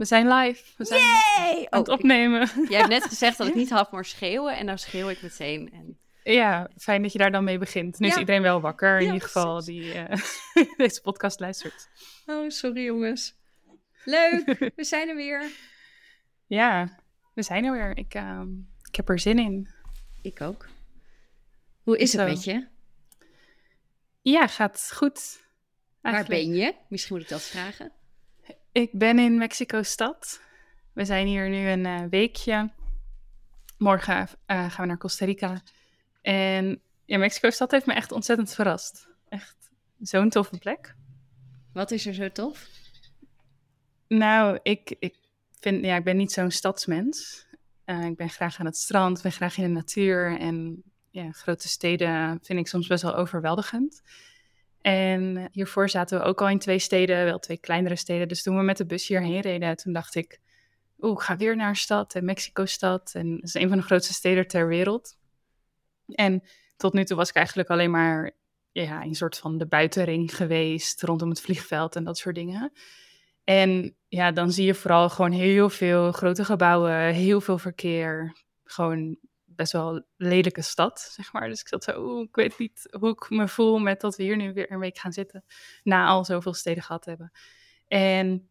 we zijn live. We zijn Yay! aan het opnemen. Jij hebt net gezegd dat ik niet had mogen schreeuwen en nou schreeuw ik meteen. En... Ja, fijn dat je daar dan mee begint. Nu is iedereen wel wakker, in ieder geval, die deze podcast luistert. Oh, sorry jongens. Leuk, we zijn er weer. Ja, we zijn er weer. Ik heb er zin in. Ik ook. Hoe is het met je? Ja, gaat goed. Eigenlijk. Waar ben je? Misschien moet ik dat vragen. Ik ben in Mexico-stad. We zijn hier nu een weekje. Morgen gaan we naar Costa Rica. En ja, Mexico-stad heeft me echt ontzettend verrast. Echt zo'n toffe plek. Wat is er zo tof? Nou, ik ben niet zo'n stadsmens. Ik ben graag aan het strand, ben graag in de natuur. En ja, grote steden vind ik soms best wel overweldigend. En hiervoor zaten we ook al in 2 steden, wel 2 kleinere steden. Dus toen we met de bus hierheen reden, toen dacht ik... ik ga weer naar een stad, en Mexico-stad. En dat is een van de grootste steden ter wereld. En tot nu toe was ik eigenlijk alleen maar een soort van de buitenring geweest, rondom het vliegveld en dat soort dingen. En ja, dan zie je vooral gewoon heel veel grote gebouwen, heel veel verkeer. Gewoon best wel lelijke stad, zeg maar. Dus ik zat zo, ik weet niet hoe ik me voel met dat we hier nu weer een week gaan zitten. Na al zoveel steden gehad hebben. En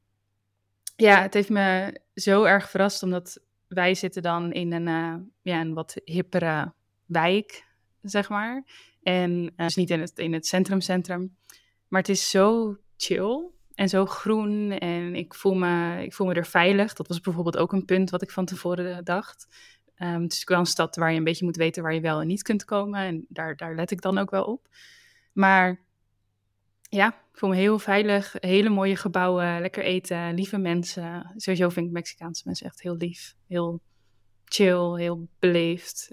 ja, het heeft me zo erg verrast, omdat wij zitten dan in een wat hippere wijk, zeg maar. En dus niet in het centrum. Maar het is zo chill en zo groen en ik voel me er veilig. Dat was bijvoorbeeld ook een punt wat ik van tevoren dacht. Het is wel een stad waar je een beetje moet weten waar je wel en niet kunt komen. En daar let ik dan ook wel op. Maar ja, ik voel me heel veilig. Hele mooie gebouwen, lekker eten, lieve mensen. Sowieso vind ik Mexicaanse mensen echt heel lief. Heel chill, heel beleefd.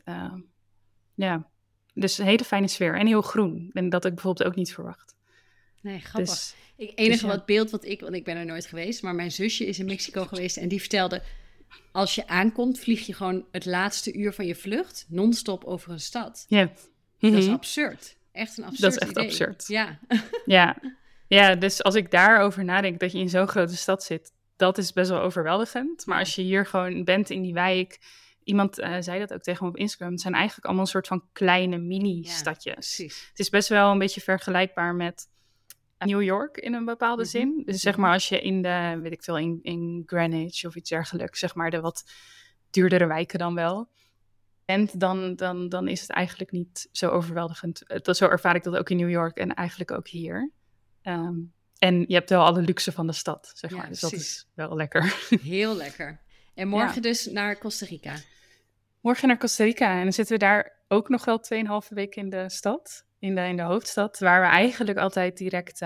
Ja, dus een hele fijne sfeer en heel groen. En dat ik bijvoorbeeld ook niet verwacht. Nee, grappig. Dus, enige wat beeld want ik ben er nooit geweest, maar mijn zusje is in Mexico geweest en die vertelde, als je aankomt, vlieg je gewoon het laatste uur van je vlucht non-stop over een stad. Ja. Dat is absurd. Echt een absurd idee. Dat is echt absurd. Ja. Ja, dus als ik daarover nadenk dat je in zo'n grote stad zit, dat is best wel overweldigend. Maar als je hier gewoon bent in die wijk, iemand zei dat ook tegen me op Instagram, het zijn eigenlijk allemaal een soort van kleine mini-stadjes. Ja, het is best wel een beetje vergelijkbaar met New York in een bepaalde zin. Dus zeg maar als je in Greenwich of iets dergelijks, zeg maar de wat duurdere wijken dan wel. En dan is het eigenlijk niet zo overweldigend. Zo ervaar ik dat ook in New York en eigenlijk ook hier. En je hebt wel alle luxe van de stad, zeg maar. Dus dat is wel lekker. Heel lekker. En morgen dus naar Costa Rica. Morgen naar Costa Rica. En dan zitten we daar ook nog wel 2,5 weken in de stad. In de hoofdstad. Waar we eigenlijk altijd direct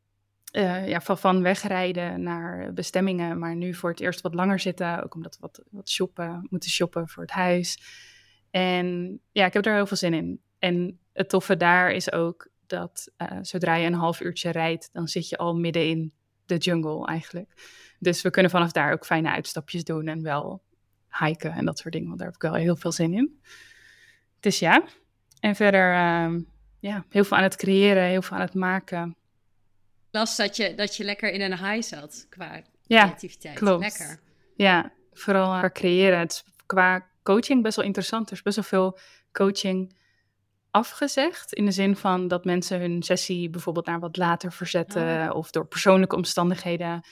van wegrijden naar bestemmingen. Maar nu voor het eerst wat langer zitten. Ook omdat we wat moeten shoppen voor het huis. En ja, ik heb er heel veel zin in. En het toffe daar is ook dat zodra je een half uurtje rijdt, dan zit je al midden in de jungle eigenlijk. Dus we kunnen vanaf daar ook fijne uitstapjes doen en wel hiken en dat soort dingen. Want daar heb ik wel heel veel zin in. Dus ja, en verder heel veel aan het creëren, heel veel aan het maken. Ik las dat je lekker in een high zat qua creativiteit. Klopt. Lekker. Ja, vooral qua creëren. Het is qua coaching best wel interessant. Er is best wel veel coaching afgezegd. In de zin van dat mensen hun sessie bijvoorbeeld naar wat later verzetten. Of door persoonlijke omstandigheden.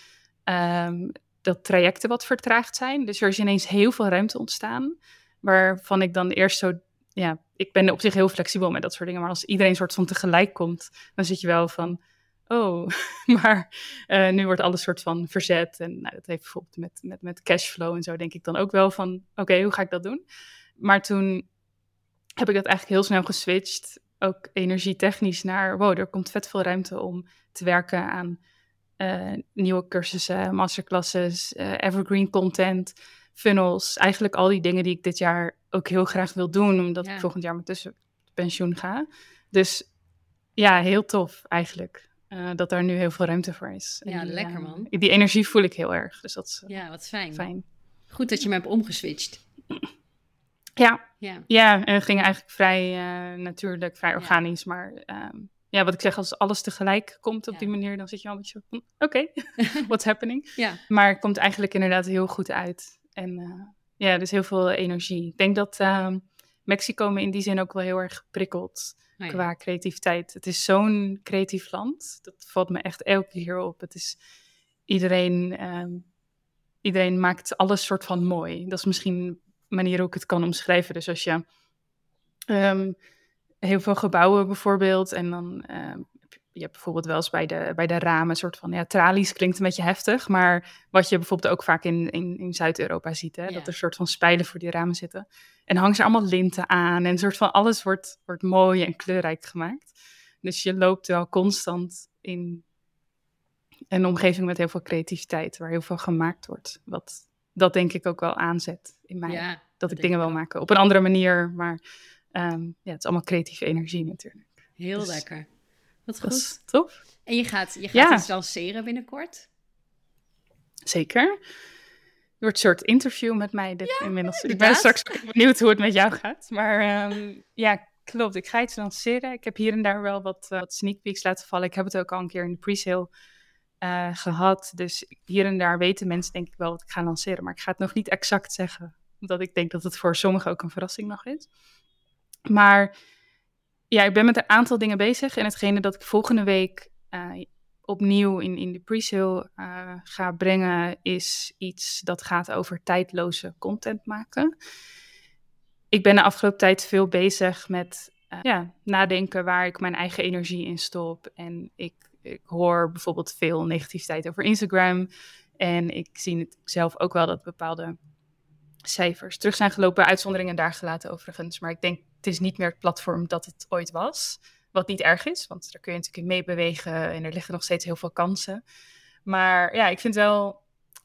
Dat trajecten wat vertraagd zijn. Dus er is ineens heel veel ruimte ontstaan. Waarvan ik dan eerst zo... Ja, ik ben op zich heel flexibel met dat soort dingen. Maar als iedereen soort van tegelijk komt, dan zit je wel van... maar nu wordt alles soort van verzet. En dat heeft bijvoorbeeld met cashflow en zo denk ik dan ook wel van... Oké, hoe ga ik dat doen? Maar toen heb ik dat eigenlijk heel snel geswitcht. Ook energietechnisch naar... er komt vet veel ruimte om te werken aan nieuwe cursussen, masterclasses, evergreen content, funnels. Eigenlijk al die dingen die ik dit jaar ook heel graag wil doen. Omdat ik volgend jaar met tussenpensioen ga. Dus ja, heel tof eigenlijk. Dat daar nu heel veel ruimte voor is. Ja, lekker man. Die energie voel ik heel erg. Dus dat is wat fijn. Goed dat je me hebt omgeswitcht. Ja, en het ging eigenlijk vrij natuurlijk, vrij organisch. Maar ja, wat ik zeg, als alles tegelijk komt op die manier, dan zit je al een beetje van, oké, what's happening? Ja. Maar het komt eigenlijk inderdaad heel goed uit. En er is heel veel energie. Ik denk dat Mexico me in die zin ook wel heel erg prikkelt qua creativiteit. Het is zo'n creatief land. Dat valt me echt elke keer op. Het is iedereen maakt alles soort van mooi. Dat is misschien een manier hoe ik het kan omschrijven. Dus als je heel veel gebouwen bijvoorbeeld en dan je hebt bijvoorbeeld wel eens bij de ramen een soort van, ja, tralies klinkt een beetje heftig, maar wat je bijvoorbeeld ook vaak in Zuid-Europa ziet, hè, dat er een soort van spijlen voor die ramen zitten. En hangen ze allemaal linten aan en een soort van alles wordt mooi en kleurrijk gemaakt. Dus je loopt wel constant in een omgeving met heel veel creativiteit, waar heel veel gemaakt wordt. Dat denk ik ook wel aanzet in mij. Dat ik dingen wil maken op een andere manier, maar het is allemaal creatieve energie natuurlijk. Heel lekker. Wat goed. Dat tof. En je gaat iets lanceren binnenkort? Zeker. Er wordt een soort interview met mij inmiddels. Ik ben straks benieuwd hoe het met jou gaat. Maar klopt. Ik ga iets lanceren. Ik heb hier en daar wel wat sneak peeks laten vallen. Ik heb het ook al een keer in de pre-sale gehad. Dus hier en daar weten mensen denk ik wel wat ik ga lanceren. Maar ik ga het nog niet exact zeggen. Omdat ik denk dat het voor sommigen ook een verrassing nog is. Maar ja, ik ben met een aantal dingen bezig. En hetgene dat ik volgende week opnieuw in de pre-sale ga brengen, is iets dat gaat over tijdloze content maken. Ik ben de afgelopen tijd veel bezig met nadenken waar ik mijn eigen energie in stop. En ik hoor bijvoorbeeld veel negativiteit over Instagram. En ik zie het zelf ook wel dat bepaalde cijfers terug zijn gelopen. Uitzonderingen daar gelaten overigens. Maar ik denk, het is niet meer het platform dat het ooit was. Wat niet erg is, want daar kun je natuurlijk in meebewegen. En er liggen nog steeds heel veel kansen. Maar ja, ik vind het wel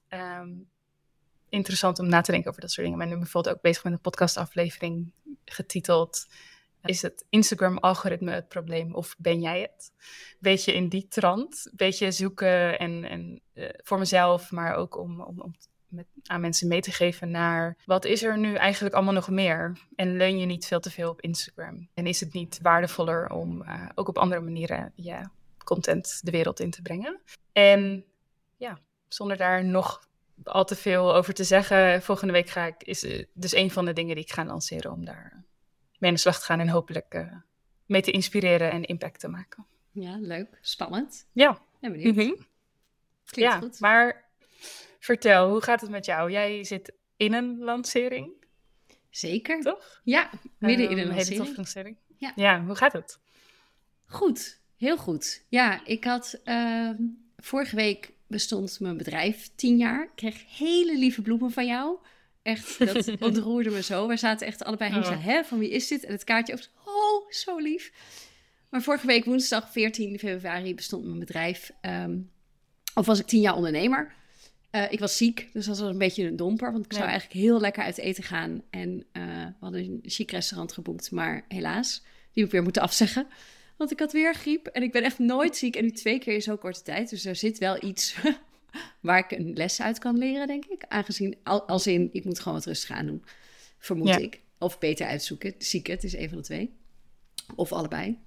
interessant om na te denken over dat soort dingen. Ik ben nu bijvoorbeeld ook bezig met een podcastaflevering getiteld: is het Instagram-algoritme het probleem of ben jij het? Beetje in die trant. Beetje zoeken en voor mezelf, maar ook om aan mensen mee te geven naar wat is er nu eigenlijk allemaal nog meer? En leun je niet veel te veel op Instagram? En is het niet waardevoller om ook op andere manieren content de wereld in te brengen? En ja, zonder daar nog al te veel over te zeggen, volgende week is dus een van de dingen die ik ga lanceren om daar mee aan de slag te gaan en hopelijk mee te inspireren en impact te maken. Ja, leuk. Spannend. Ja. Ben benieuwd. Mm-hmm. Klinkt goed. Maar vertel, hoe gaat het met jou? Jij zit in een lancering. Zeker. Toch? Ja, midden in een hele toffe lancering. Ja. Ja, hoe gaat het? Goed, heel goed. Ja, ik had vorige week bestond mijn bedrijf 10 jaar. Ik kreeg hele lieve bloemen van jou. Echt, dat ontroerde me zo. We zaten echt allebei heen en zeiden, van wie is dit? En het kaartje op, zo lief. Maar vorige week woensdag 14 februari bestond mijn bedrijf. Of was ik 10 jaar ondernemer. Ik was ziek, dus dat was een beetje een domper. Want ik zou eigenlijk heel lekker uit eten gaan. En we hadden een chic restaurant geboekt. Maar helaas, die heb ik weer moeten afzeggen. Want ik had weer griep. En ik ben echt nooit ziek. En nu 2 keer in zo'n korte tijd. Dus er zit wel iets waar ik een les uit kan leren, denk ik. Aangezien, als in, ik moet gewoon wat rustig aan doen. Vermoed ik. Of beter uitzoeken. Zieken, het is een van de 2. Of allebei.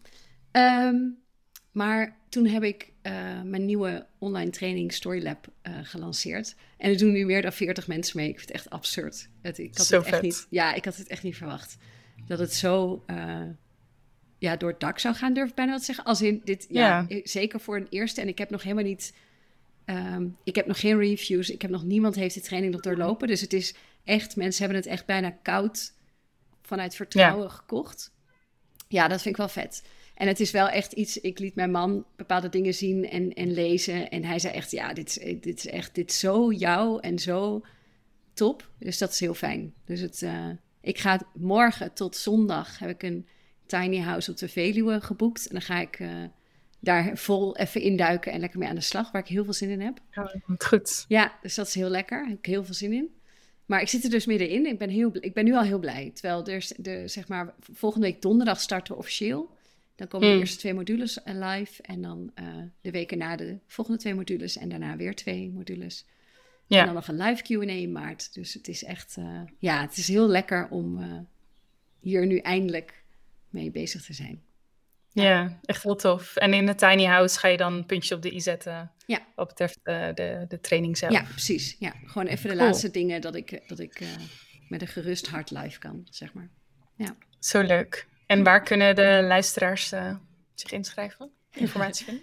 Maar toen heb ik mijn nieuwe online training Storylab gelanceerd. En er doen nu meer dan 40 mensen mee. Ik vind het echt absurd. Ik had het echt niet verwacht. Dat het zo door het dak zou gaan, durf ik bijna wat te zeggen. Als in dit, zeker voor een eerste. En ik heb nog helemaal niet... ik heb nog geen reviews. Niemand heeft de training nog doorlopen. Dus het is echt... Mensen hebben het echt bijna koud vanuit vertrouwen gekocht. Ja, dat vind ik wel vet. En het is wel echt iets... Ik liet mijn man bepaalde dingen zien en lezen. En hij zei echt, ja, dit is zo jou en zo top. Dus dat is heel fijn. Dus ik ga morgen tot zondag heb ik een tiny house op de Veluwe geboekt. En dan ga ik daar vol even induiken en lekker mee aan de slag. Waar ik heel veel zin in heb. Ja, goed. Ja, dus dat is heel lekker. Daar heb ik heel veel zin in. Maar ik zit er dus middenin. Ik ben nu al heel blij. Terwijl zeg maar, volgende week donderdag starten we officieel. Dan komen de eerste 2 modules live. En dan de weken na de volgende 2 modules. En daarna weer 2 modules. Ja. En dan nog een live Q&A in maart. Dus het is echt... het is heel lekker om hier nu eindelijk mee bezig te zijn. Ja, echt heel tof. En in de tiny house ga je dan een puntje op de i zetten wat betreft de training zelf. Ja, precies. Ja, gewoon even de laatste dingen dat ik met een gerust hart live kan, zeg maar. Ja. Zo leuk. En waar kunnen de luisteraars zich inschrijven? Informatie vinden?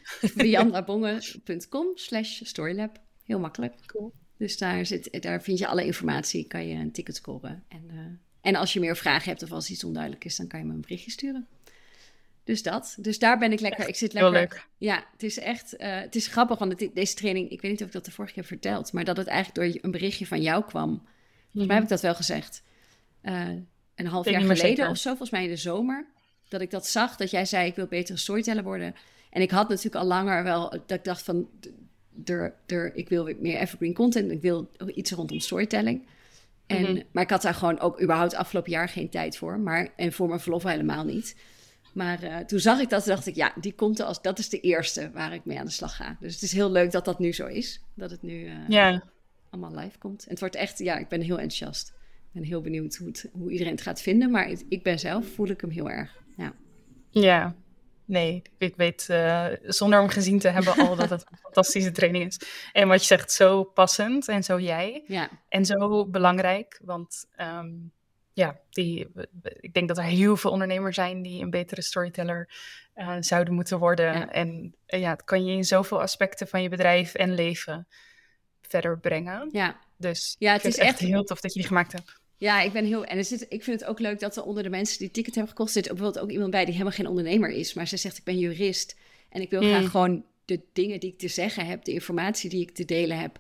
briandabonge.com/storylab. Heel makkelijk. Cool. Dus daar vind je alle informatie, kan je een ticket scoren. En als je meer vragen hebt of als iets onduidelijk is, dan kan je me een berichtje sturen. Dus dat. Dus daar ben ik lekker. Echt ik zit lekker. Heel leuk. Ja, het is echt. Het is grappig, want deze training, ik weet niet of ik dat de vorige keer heb verteld, maar dat het eigenlijk door een berichtje van jou kwam. Volgens mij heb ik dat wel gezegd. Een half jaar geleden of zo, volgens mij in de zomer, dat ik dat zag, dat jij zei, ik wil betere storyteller worden. En ik had natuurlijk al langer wel, dat ik dacht van, ik wil meer evergreen content, ik wil iets rondom storytelling. Maar ik had daar gewoon ook überhaupt afgelopen jaar geen tijd voor. En voor mijn verlof helemaal niet. Maar toen zag ik dat, dacht ik, ja, die komt er dat is de eerste waar ik mee aan de slag ga. Dus het is heel leuk dat dat nu zo is. Dat het nu allemaal live komt. En het wordt echt, ik ben heel enthousiast. Ik ben heel benieuwd hoe iedereen het gaat vinden. Maar ik ben zelf, voel ik hem heel erg. Ja. Nee, ik weet zonder hem gezien te hebben al dat het een fantastische training is. En wat je zegt, zo passend en zo jij. Ja. En zo belangrijk, want ik denk dat er heel veel ondernemers zijn die een betere storyteller zouden moeten worden. Ja. En het kan je in zoveel aspecten van je bedrijf en leven verder brengen. Ja. Dus het is echt heel tof dat je die gemaakt hebt. Ja, ik vind het ook leuk dat er onder de mensen die ticket hebben gekocht zit bijvoorbeeld ook iemand bij die helemaal geen ondernemer is. Maar ze zegt, ik ben jurist en ik wil graag gewoon de dingen die ik te zeggen heb, de informatie die ik te delen heb,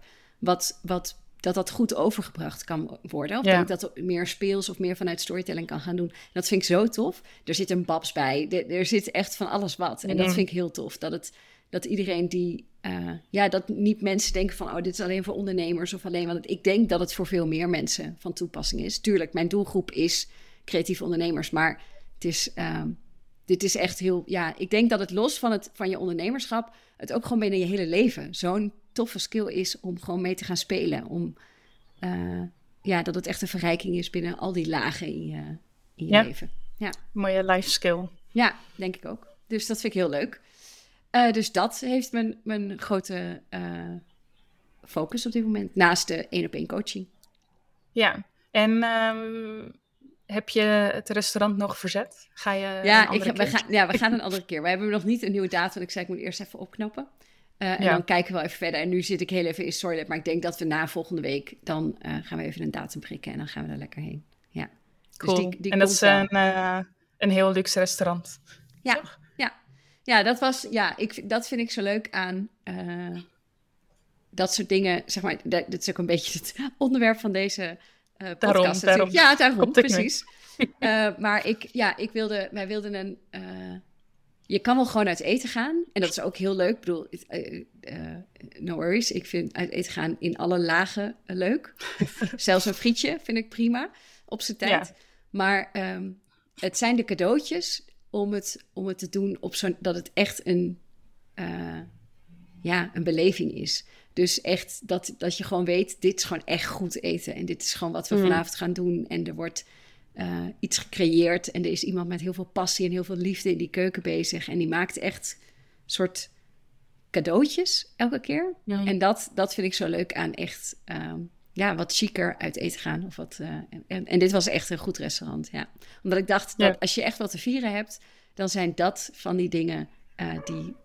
dat goed overgebracht kan worden. Of dat ik dat meer speels of meer vanuit storytelling kan gaan doen. Dat vind ik zo tof. Er zit een Babs bij. Er zit echt van alles wat. En dat vind ik heel tof. Dat iedereen die... dat niet mensen denken van, dit is alleen voor ondernemers of alleen... Want ik denk dat het voor veel meer mensen van toepassing is. Tuurlijk, mijn doelgroep is creatieve ondernemers. Maar het is... dit is echt heel... ik denk dat het los van je ondernemerschap... het ook gewoon binnen je hele leven zo'n toffe skill is om gewoon mee te gaan spelen. Dat het echt een verrijking is binnen al die lagen in je leven. Ja. Mooie life skill. Ja, denk ik ook. Dus dat vind ik heel leuk. Dus dat heeft mijn grote focus op dit moment. Naast de 1-op-1 coaching. Ja, en heb je het restaurant nog verzet? Ga je we gaan een andere keer. We hebben nog niet een nieuwe datum. Want ik zei, ik moet eerst even opknappen. En dan kijken we wel even verder. En nu zit ik heel even in Storylab. Maar ik denk dat we na volgende week... dan gaan we even een datum prikken. En dan gaan we er lekker heen. Ja. Cool. Dus en dat is een heel luxe restaurant. Ja, toch? Ja, dat was... Ja, dat vind ik zo leuk aan... dat soort dingen, zeg maar... Dat is ook een beetje het onderwerp van deze podcast. Daarom. Ja, daarom, precies. Maar wij wilden een... je kan wel gewoon uit eten gaan. En dat is ook heel leuk. Ik bedoel, no worries. Ik vind uit eten gaan in alle lagen leuk. Zelfs een frietje vind ik prima op zijn tijd. Ja. Maar het zijn de cadeautjes om het te doen op dat het echt een beleving is. Dus echt dat je gewoon weet, dit is gewoon echt goed eten. En dit is gewoon wat we vanavond gaan doen. En er wordt... iets gecreëerd en er is iemand met heel veel passie en heel veel liefde in die keuken bezig en die maakt echt soort cadeautjes elke keer. Ja. En dat vind ik zo leuk aan echt wat chiquer uit eten gaan. Of wat, en dit was echt een goed restaurant, ja. Omdat ik dacht dat als je echt wat te vieren hebt, dan zijn dat van die dingen die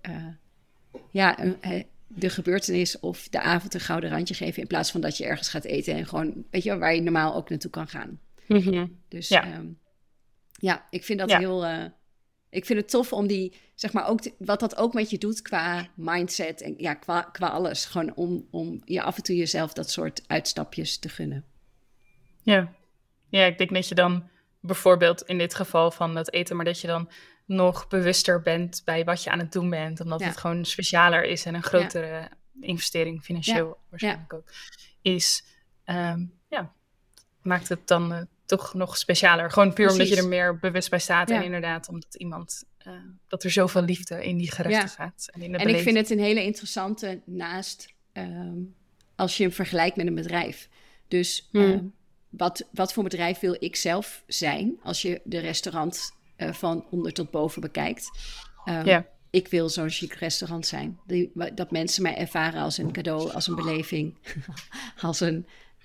de gebeurtenis of de avond een gouden randje geven in plaats van dat je ergens gaat eten en gewoon, weet je, waar je normaal ook naartoe kan gaan. Dus ik vind dat heel... ik vind het tof om die, zeg maar, ook wat dat ook met je doet qua mindset en qua alles. Gewoon om je af en toe jezelf dat soort uitstapjes te gunnen. Ja, ik denk dat je dan bijvoorbeeld in dit geval van dat eten, maar dat je dan nog bewuster bent bij wat je aan het doen bent. Omdat het gewoon specialer is en een grotere investering financieel waarschijnlijk ook is. Maakt het dan toch nog specialer. Gewoon puur omdat je er meer bewust bij staat. Ja. En inderdaad, omdat iemand... dat er zoveel liefde in die gerechten gaat. En ik vind het een hele interessante naast... als je hem vergelijkt met een bedrijf. Dus wat voor bedrijf wil ik zelf zijn... als je de restaurant van onder tot boven bekijkt... Ik wil zo'n chic restaurant zijn. Dat mensen mij ervaren als een cadeau, als een beleving. Als een...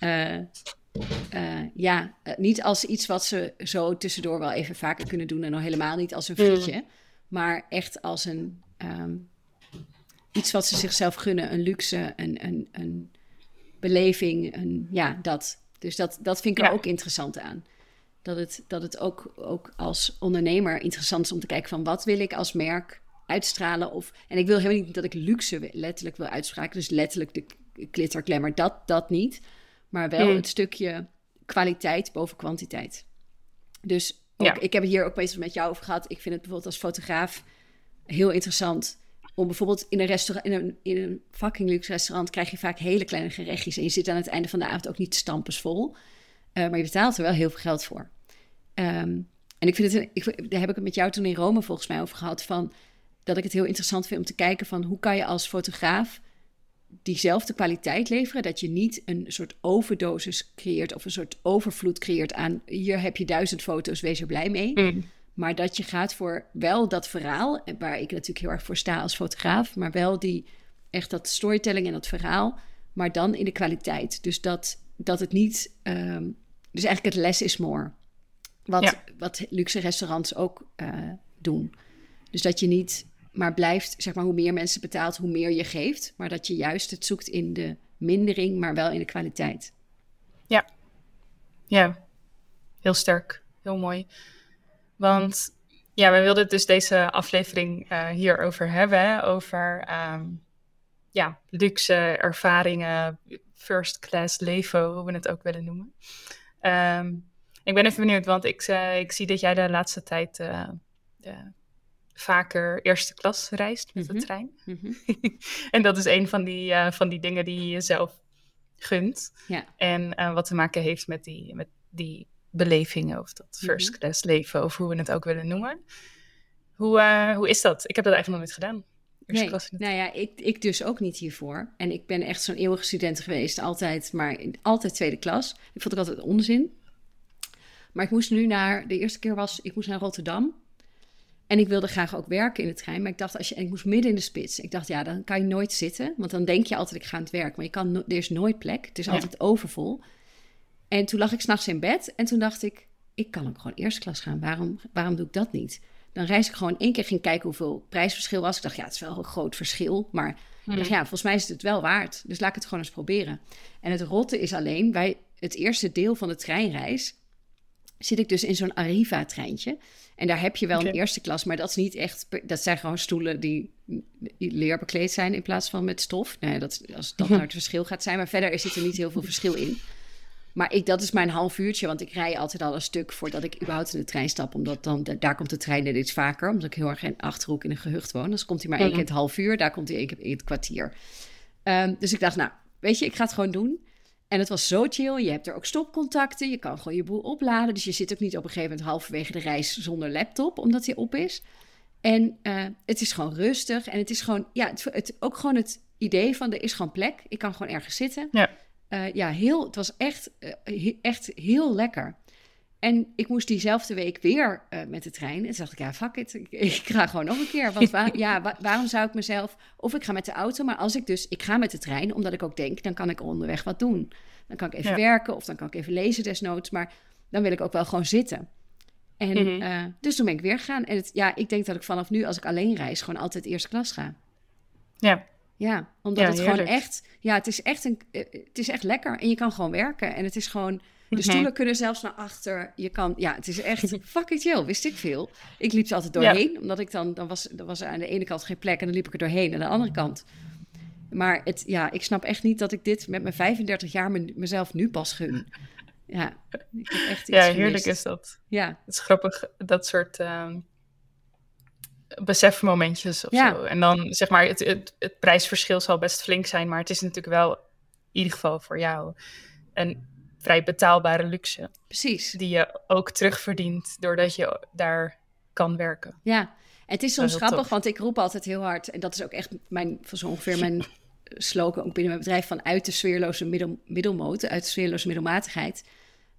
niet als iets wat ze zo tussendoor wel even vaker kunnen doen... en nog helemaal niet als een frietje. Maar echt als een... iets wat ze zichzelf gunnen. Een luxe, een beleving. Dat. Dus dat vind ik er ook interessant aan. Dat het ook als ondernemer interessant is om te kijken van... wat wil ik als merk uitstralen? En ik wil helemaal niet dat ik luxe letterlijk wil uitspreken. Dus letterlijk de glitter, glamour, dat niet. Maar wel het stukje kwaliteit boven kwantiteit. Dus ik heb het hier ook eens met jou over gehad. Ik vind het bijvoorbeeld als fotograaf heel interessant... om bijvoorbeeld in een fucking luxe restaurant... krijg je vaak hele kleine gerechtjes... en je zit aan het einde van de avond ook niet stampensvol. Maar je betaalt er wel heel veel geld voor. En ik vind daar heb ik het met jou toen in Rome volgens mij over gehad... van dat ik het heel interessant vind om te kijken van... hoe kan je als fotograaf diezelfde kwaliteit leveren... dat je niet een soort overdosis creëert... of een soort overvloed creëert aan... hier heb je 1000 foto's, wees er blij mee... Maar dat je gaat voor wel dat verhaal... waar ik natuurlijk heel erg voor sta als fotograaf... maar wel echt dat storytelling en dat verhaal... maar dan in de kwaliteit. Dus dat het niet... dus eigenlijk het less is more. Wat luxe restaurants ook doen. Dus dat je niet maar blijft... zeg maar hoe meer mensen betaalt, hoe meer je geeft... maar dat je juist het zoekt in de mindering... maar wel in de kwaliteit. Ja, heel sterk. Heel mooi. Want we wilden dus deze aflevering hierover hebben. Hè? Over luxe ervaringen, first class leven, hoe we het ook willen noemen. Ik ben even benieuwd, want ik zie dat jij de laatste tijd vaker eerste klas reist met de trein. En dat is een van die dingen die je jezelf gunt. Ja. En wat te maken heeft met die belevingen of dat first class leven of hoe we het ook willen noemen. Hoe is dat? Ik heb dat eigenlijk nog nooit gedaan. Ik dus ook niet hiervoor. En ik ben echt zo'n eeuwige student geweest, altijd tweede klas. Ik vond het altijd onzin. Maar ik moest de eerste keer ik moest naar Rotterdam. En ik wilde graag ook werken in de trein. Maar ik dacht, ik moest midden in de spits. Ik dacht, dan kan je nooit zitten. Want dan denk je altijd, ik ga aan het werk. Maar er is nooit plek. Het is altijd overvol. En toen lag ik 's nachts in bed en toen dacht ik kan ook gewoon eerste klas gaan. Waarom doe ik dat niet? Dan reis ik gewoon 1 keer, ging kijken hoeveel prijsverschil was. Ik dacht, het is wel een groot verschil. Maar ik dacht, volgens mij is het wel waard. Dus laat ik het gewoon eens proberen. En het rotte is alleen, bij het eerste deel van de treinreis... zit ik dus in zo'n Arriva-treintje. En daar heb je wel een eerste klas, maar dat is niet echt... Dat zijn gewoon stoelen die leerbekleed zijn in plaats van met stof. Als dat nou het verschil gaat zijn. Maar verder zit er niet heel veel verschil in. Maar dat is mijn half uurtje, want ik rij altijd al een stuk voordat ik überhaupt in de trein stap. Omdat daar komt de trein net iets vaker, omdat ik heel erg in Achterhoek in een gehucht woon. Dus komt hij maar 1 keer het half uur, daar komt hij 1 keer in het kwartier. Dus ik dacht, weet je, ik ga het gewoon doen. En het was zo chill, je hebt er ook stopcontacten, je kan gewoon je boel opladen. Dus je zit ook niet op een gegeven moment halverwege de reis zonder laptop, omdat hij op is. En het is gewoon rustig en het is gewoon, ook gewoon het idee van er is gewoon plek. Ik kan gewoon ergens zitten. Ja. Het was echt heel lekker. En ik moest diezelfde week weer met de trein. En toen dacht ik, fuck it, ik ga gewoon nog een keer. Want waarom zou ik mezelf... Of ik ga met de auto, maar ik ga met de trein... omdat ik ook denk, dan kan ik onderweg wat doen. Dan kan ik even werken of dan kan ik even lezen desnoods. Maar dan wil ik ook wel gewoon zitten. En dus toen ben ik weer gegaan. En ik denk dat ik vanaf nu, als ik alleen reis... gewoon altijd eerste klas ga. Ja, omdat het gewoon echt... Ja, het is echt lekker. En je kan gewoon werken. En het is gewoon... De stoelen kunnen zelfs naar achter. Je kan... Ja, het is echt fucking chill. Wist ik veel. Ik liep er altijd doorheen. Omdat ik dan was er aan de ene kant geen plek. En dan liep ik er doorheen aan de andere kant. Maar ik snap echt niet dat ik dit met mijn 35 jaar mezelf nu pas gun. Ja, ik heb echt iets heerlijk gemist. is dat. Ja. Het is grappig, dat soort... besefmomentjes of zo. En dan zeg maar, het prijsverschil zal best flink zijn, maar het is natuurlijk wel in ieder geval voor jou een vrij betaalbare luxe. Precies. Die je ook terugverdient doordat je daar kan werken. Ja, en het is soms grappig, want ik roep altijd heel hard, en dat is ook echt zo ongeveer mijn slogan ook binnen mijn bedrijf, van uit de sfeerloze middelmoot, uit de sfeerloze middelmatigheid.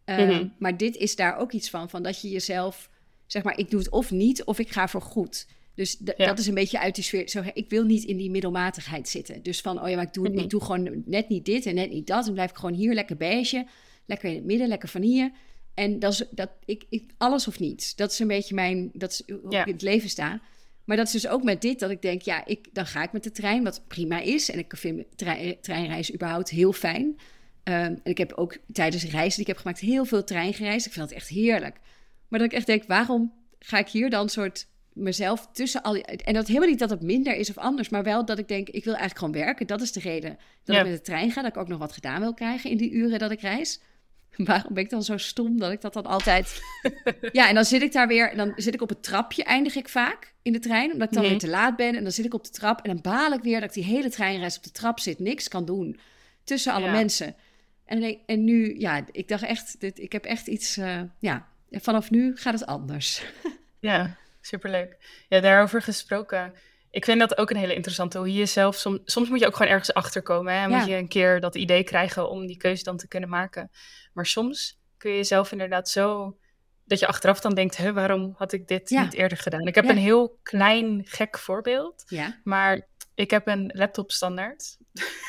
Maar dit is daar ook iets van dat je jezelf, zeg maar, ik doe het of niet, of ik ga voor goed. Dus dat is een beetje uit de sfeer. Zo, ik wil niet in die middelmatigheid zitten. Dus van, maar ik doe gewoon net niet dit en net niet dat. Dan blijf ik gewoon hier lekker beige. Lekker in het midden, lekker vanille. En ik alles of niets. Dat is een beetje dat is hoe ik in het leven sta. Maar dat is dus ook met dit, dat ik denk, dan ga ik met de trein, wat prima is. En ik vind treinreizen überhaupt heel fijn. En ik heb ook tijdens reizen die ik heb gemaakt heel veel trein gereisd. Ik vind dat echt heerlijk. Maar dat ik echt denk, waarom ga ik hier dan soort mezelf tussen al die... En dat helemaal niet dat het minder is of anders, maar wel dat ik denk, ik wil eigenlijk gewoon werken. Dat is de reden dat ik met de trein ga, dat ik ook nog wat gedaan wil krijgen in die uren dat ik reis. Waarom ben ik dan zo stom dat ik dat dan altijd... en dan zit ik daar weer, en dan zit ik op het trapje, eindig ik vaak in de trein, omdat ik dan weer te laat ben. En dan zit ik op de trap en dan baal ik weer dat ik die hele treinreis op de trap zit, niks kan doen tussen alle mensen. En nu, ik dacht echt, ik heb echt iets, vanaf nu gaat het anders. Ja, superleuk. Ja, daarover gesproken. Ik vind dat ook een hele interessante, hoe je jezelf... Soms moet je ook gewoon ergens achterkomen. Hè? Moet je een keer dat idee krijgen om die keuze dan te kunnen maken. Maar soms kun je jezelf inderdaad zo... dat je achteraf dan denkt, waarom had ik dit niet eerder gedaan? Ik heb een heel klein, gek voorbeeld. Ja. Maar ik heb een laptop standaard.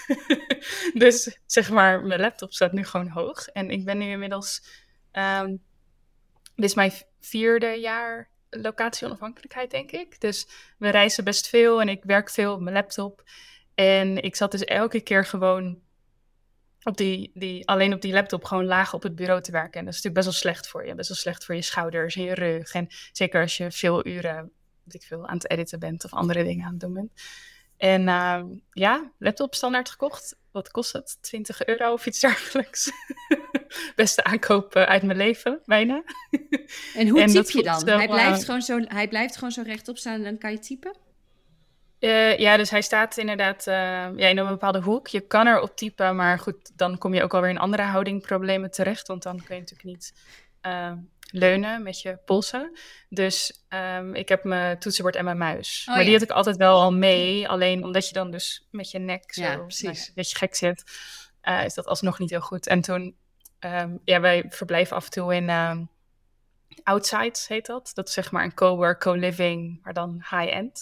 Dus zeg maar, mijn laptop staat nu gewoon hoog. En ik ben nu inmiddels... dit is mijn 4e jaar... locatie-onafhankelijkheid, denk ik. Dus we reizen best veel en ik werk veel op mijn laptop. En ik zat dus elke keer gewoon alleen op die laptop gewoon laag op het bureau te werken. En dat is natuurlijk best wel slecht voor je. Best wel slecht voor je schouders en je rug. En zeker als je veel uren, aan het editen bent of andere dingen aan het doen bent. En laptop standaard gekocht. Wat kost het? €20 of iets dergelijks. Beste aankoop uit mijn leven, bijna. En hoe typ je dan? Hij blijft gewoon zo rechtop staan en dan kan je typen? Dus hij staat inderdaad in een bepaalde hoek. Je kan erop typen, maar goed, dan kom je ook alweer in andere houdingproblemen terecht. Want dan kun je natuurlijk niet leunen met je polsen. Dus ik heb mijn toetsenbord en mijn muis. Maar die had ik altijd wel al mee. Alleen omdat je dan dus met je nek zo een beetje gek zit, is dat alsnog niet heel goed. En toen, wij verblijven af en toe in Outsides, heet dat. Dat is zeg maar een cowork, co-living, maar dan high-end.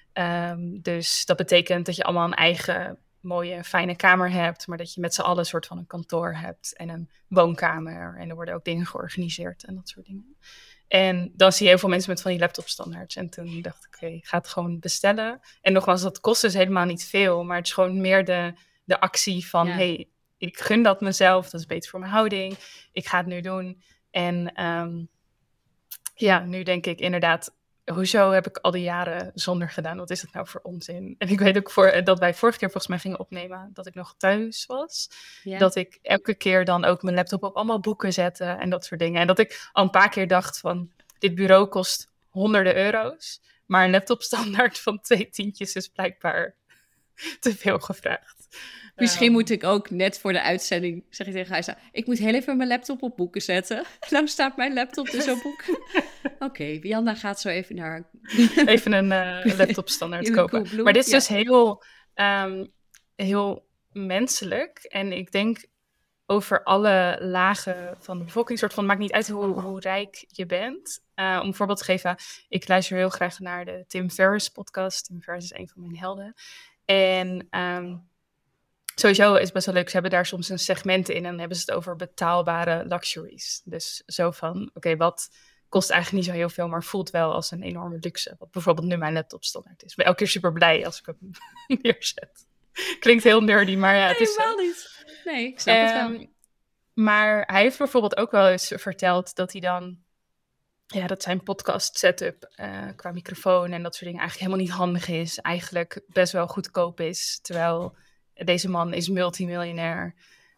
Dus dat betekent dat je allemaal een eigen mooie, fijne kamer hebt, maar dat je met z'n allen een soort van een kantoor hebt en een woonkamer. En er worden ook dingen georganiseerd en dat soort dingen. En dan zie je heel veel mensen met van die laptopstandaards. En toen dacht ik, oké, ga het gewoon bestellen. En nogmaals, dat kost dus helemaal niet veel, maar het is gewoon meer de actie van, hey, ik gun dat mezelf, dat is beter voor mijn houding. Ik ga het nu doen. En nu denk ik inderdaad, hoezo heb ik al die jaren zonder gedaan? Wat is dat nou voor onzin? En ik weet ook dat wij vorige keer volgens mij gingen opnemen dat ik nog thuis was. Ja. Dat ik elke keer dan ook mijn laptop op allemaal boeken zette en dat soort dingen. En dat ik al een paar keer dacht van, dit bureau kost honderden euro's. Maar een laptopstandaard van 2 tientjes is blijkbaar te veel gevraagd. Misschien moet ik ook net voor de uitzending, zeg ik tegen Gijs, ik moet heel even mijn laptop op boeken zetten. Nou staat mijn laptop dus op boeken. Oké, Wianna gaat zo even naar... Even een laptopstandaard kopen. Cool maar dit is dus heel menselijk. En ik denk over alle lagen van de bevolking, soort van, maakt niet uit hoe rijk je bent. Om een voorbeeld te geven, ik luister heel graag naar de Tim Ferriss podcast. Tim Ferriss is een van mijn helden. En sowieso is het best wel leuk. Ze hebben daar soms een segment in en dan hebben ze het over betaalbare luxuries. Dus zo van, oké, wat kost eigenlijk niet zo heel veel, maar voelt wel als een enorme luxe. Wat bijvoorbeeld nu mijn laptop standaard is. Ik ben elke keer super blij als ik hem neerzet. Klinkt heel nerdy, maar ja, het is helemaal niet. Nee, ik snap het wel. Maar hij heeft bijvoorbeeld ook wel eens verteld dat hij dan, dat zijn podcast setup qua microfoon en dat soort dingen eigenlijk helemaal niet handig is. Eigenlijk best wel goedkoop is, terwijl deze man is multimiljonair.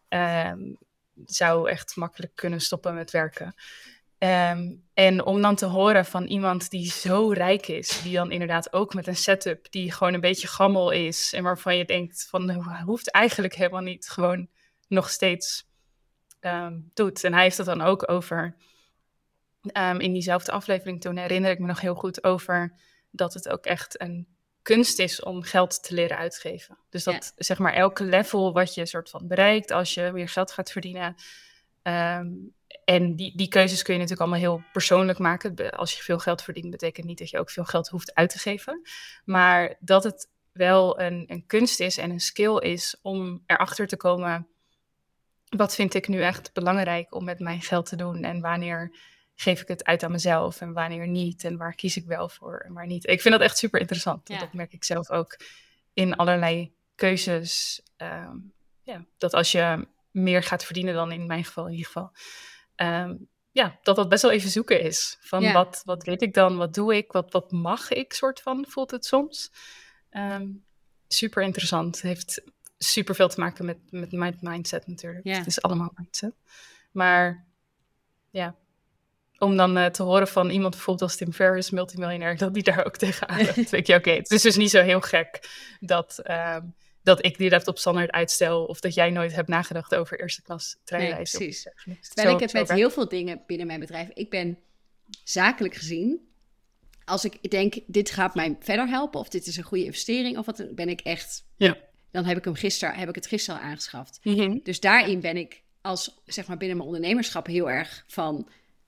Zou echt makkelijk kunnen stoppen met werken. En om dan te horen van iemand die zo rijk is, die dan inderdaad ook met een setup die gewoon een beetje gammel is en waarvan je denkt van, hoeft eigenlijk helemaal niet, gewoon nog steeds doet. En hij heeft het dan ook over, in diezelfde aflevering toen herinner ik me nog heel goed over dat het ook echt een kunst is om geld te leren uitgeven. Dus dat zeg maar elke level wat je soort van bereikt als je weer geld gaat verdienen, En die keuzes kun je natuurlijk allemaal heel persoonlijk maken. Als je veel geld verdient, betekent niet dat je ook veel geld hoeft uit te geven. Maar dat het wel een kunst is en een skill is om erachter te komen, wat vind ik nu echt belangrijk om met mijn geld te doen? En wanneer geef ik het uit aan mezelf en wanneer niet? En waar kies ik wel voor en waar niet? Ik vind dat echt super interessant. Ja. Dat merk ik zelf ook in allerlei keuzes. Dat als je meer gaat verdienen dan in mijn geval in ieder geval. Dat best wel even zoeken is. Van wat weet ik dan? Wat doe ik? Wat mag ik soort van, voelt het soms. Super interessant. Het heeft super veel te maken met mijn mindset natuurlijk. Het is allemaal mindset. Maar ja, om dan te horen van iemand bijvoorbeeld als Tim Ferriss, multimiljonair, dat die daar ook tegenaan loopt. Weet je, oké, het is dus niet zo heel gek dat ik die laptop standaard uitstel of dat jij nooit hebt nagedacht over eerste klas treinreizen. Nee, precies. Terwijl ik het met heel veel dingen binnen mijn bedrijf, ik ben zakelijk gezien, als ik denk, dit gaat mij verder helpen of dit is een goede investering of wat, ben ik echt, dan heb ik het gisteren al aangeschaft. Mm-hmm. Dus daarin ben ik als, zeg maar, binnen mijn ondernemerschap heel erg van,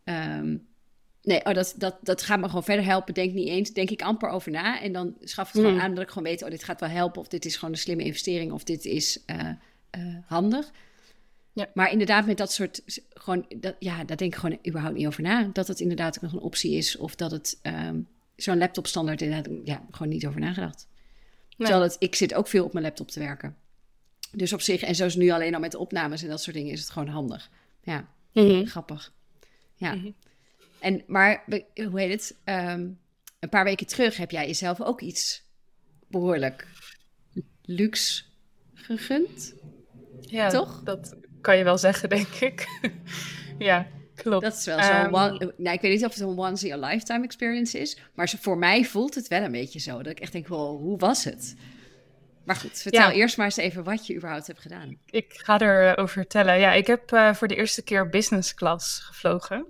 dat gaat me gewoon verder helpen. Denk ik amper over na. En dan schaf ik het gewoon aan dat ik gewoon weet, dit gaat wel helpen. Of dit is gewoon een slimme investering. Of dit is handig. Ja. Maar inderdaad met dat soort, daar denk ik gewoon überhaupt niet over na. Dat het inderdaad ook nog een optie is. Of dat het zo'n laptop standaard inderdaad, gewoon niet over nagedacht. Nee. Terwijl ik zit ook veel op mijn laptop te werken. Dus op zich, en zoals nu alleen al met de opnames en dat soort dingen, is het gewoon handig. Ja, grappig. Ja. Mm-hmm. Maar, hoe heet het? Een paar weken terug heb jij jezelf ook iets behoorlijk luxe gegund. Ja, toch? Dat kan je wel zeggen, denk ik. Ja, klopt. Dat is wel zo'n ik weet niet of het een once in a lifetime experience is, maar voor mij voelt het wel een beetje zo. Dat ik echt denk, wow, hoe was het? Maar goed, vertel eerst maar eens even wat je überhaupt hebt gedaan. Ik ga erover vertellen. Ja, ik heb voor de eerste keer business class gevlogen.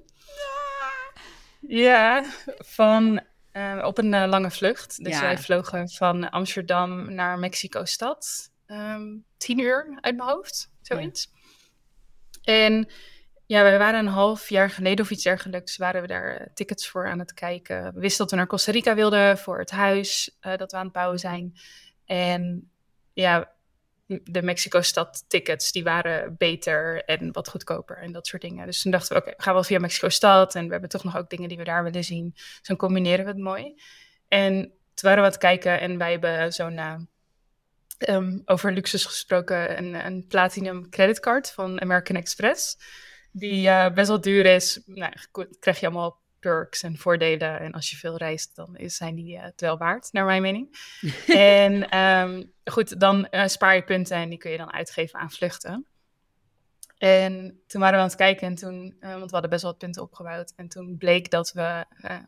Ja, op een lange vlucht. Dus wij vlogen van Amsterdam naar Mexico-stad. 10 uur uit mijn hoofd, zoiets. Ja. En wij waren een half jaar geleden of iets dergelijks, waren we daar tickets voor aan het kijken. We wisten dat we naar Costa Rica wilden voor het huis dat we aan het bouwen zijn. En de Mexico-stad tickets, die waren beter en wat goedkoper en dat soort dingen. Dus toen dachten we, oké, we gaan wel via Mexico-stad en we hebben toch nog ook dingen die we daar willen zien. Dus dan combineren we het mooi. En toen waren we aan het kijken en wij hebben zo'n, over luxus gesproken, een platinum creditcard van American Express. Die best wel duur is. Nou, goed, krijg je allemaal perks en voordelen. En als je veel reist, dan zijn die het wel waard, naar mijn mening. En goed, dan spaar je punten en die kun je dan uitgeven aan vluchten. En toen waren we aan het kijken en toen, want we hadden best wel wat punten opgebouwd. En toen bleek dat we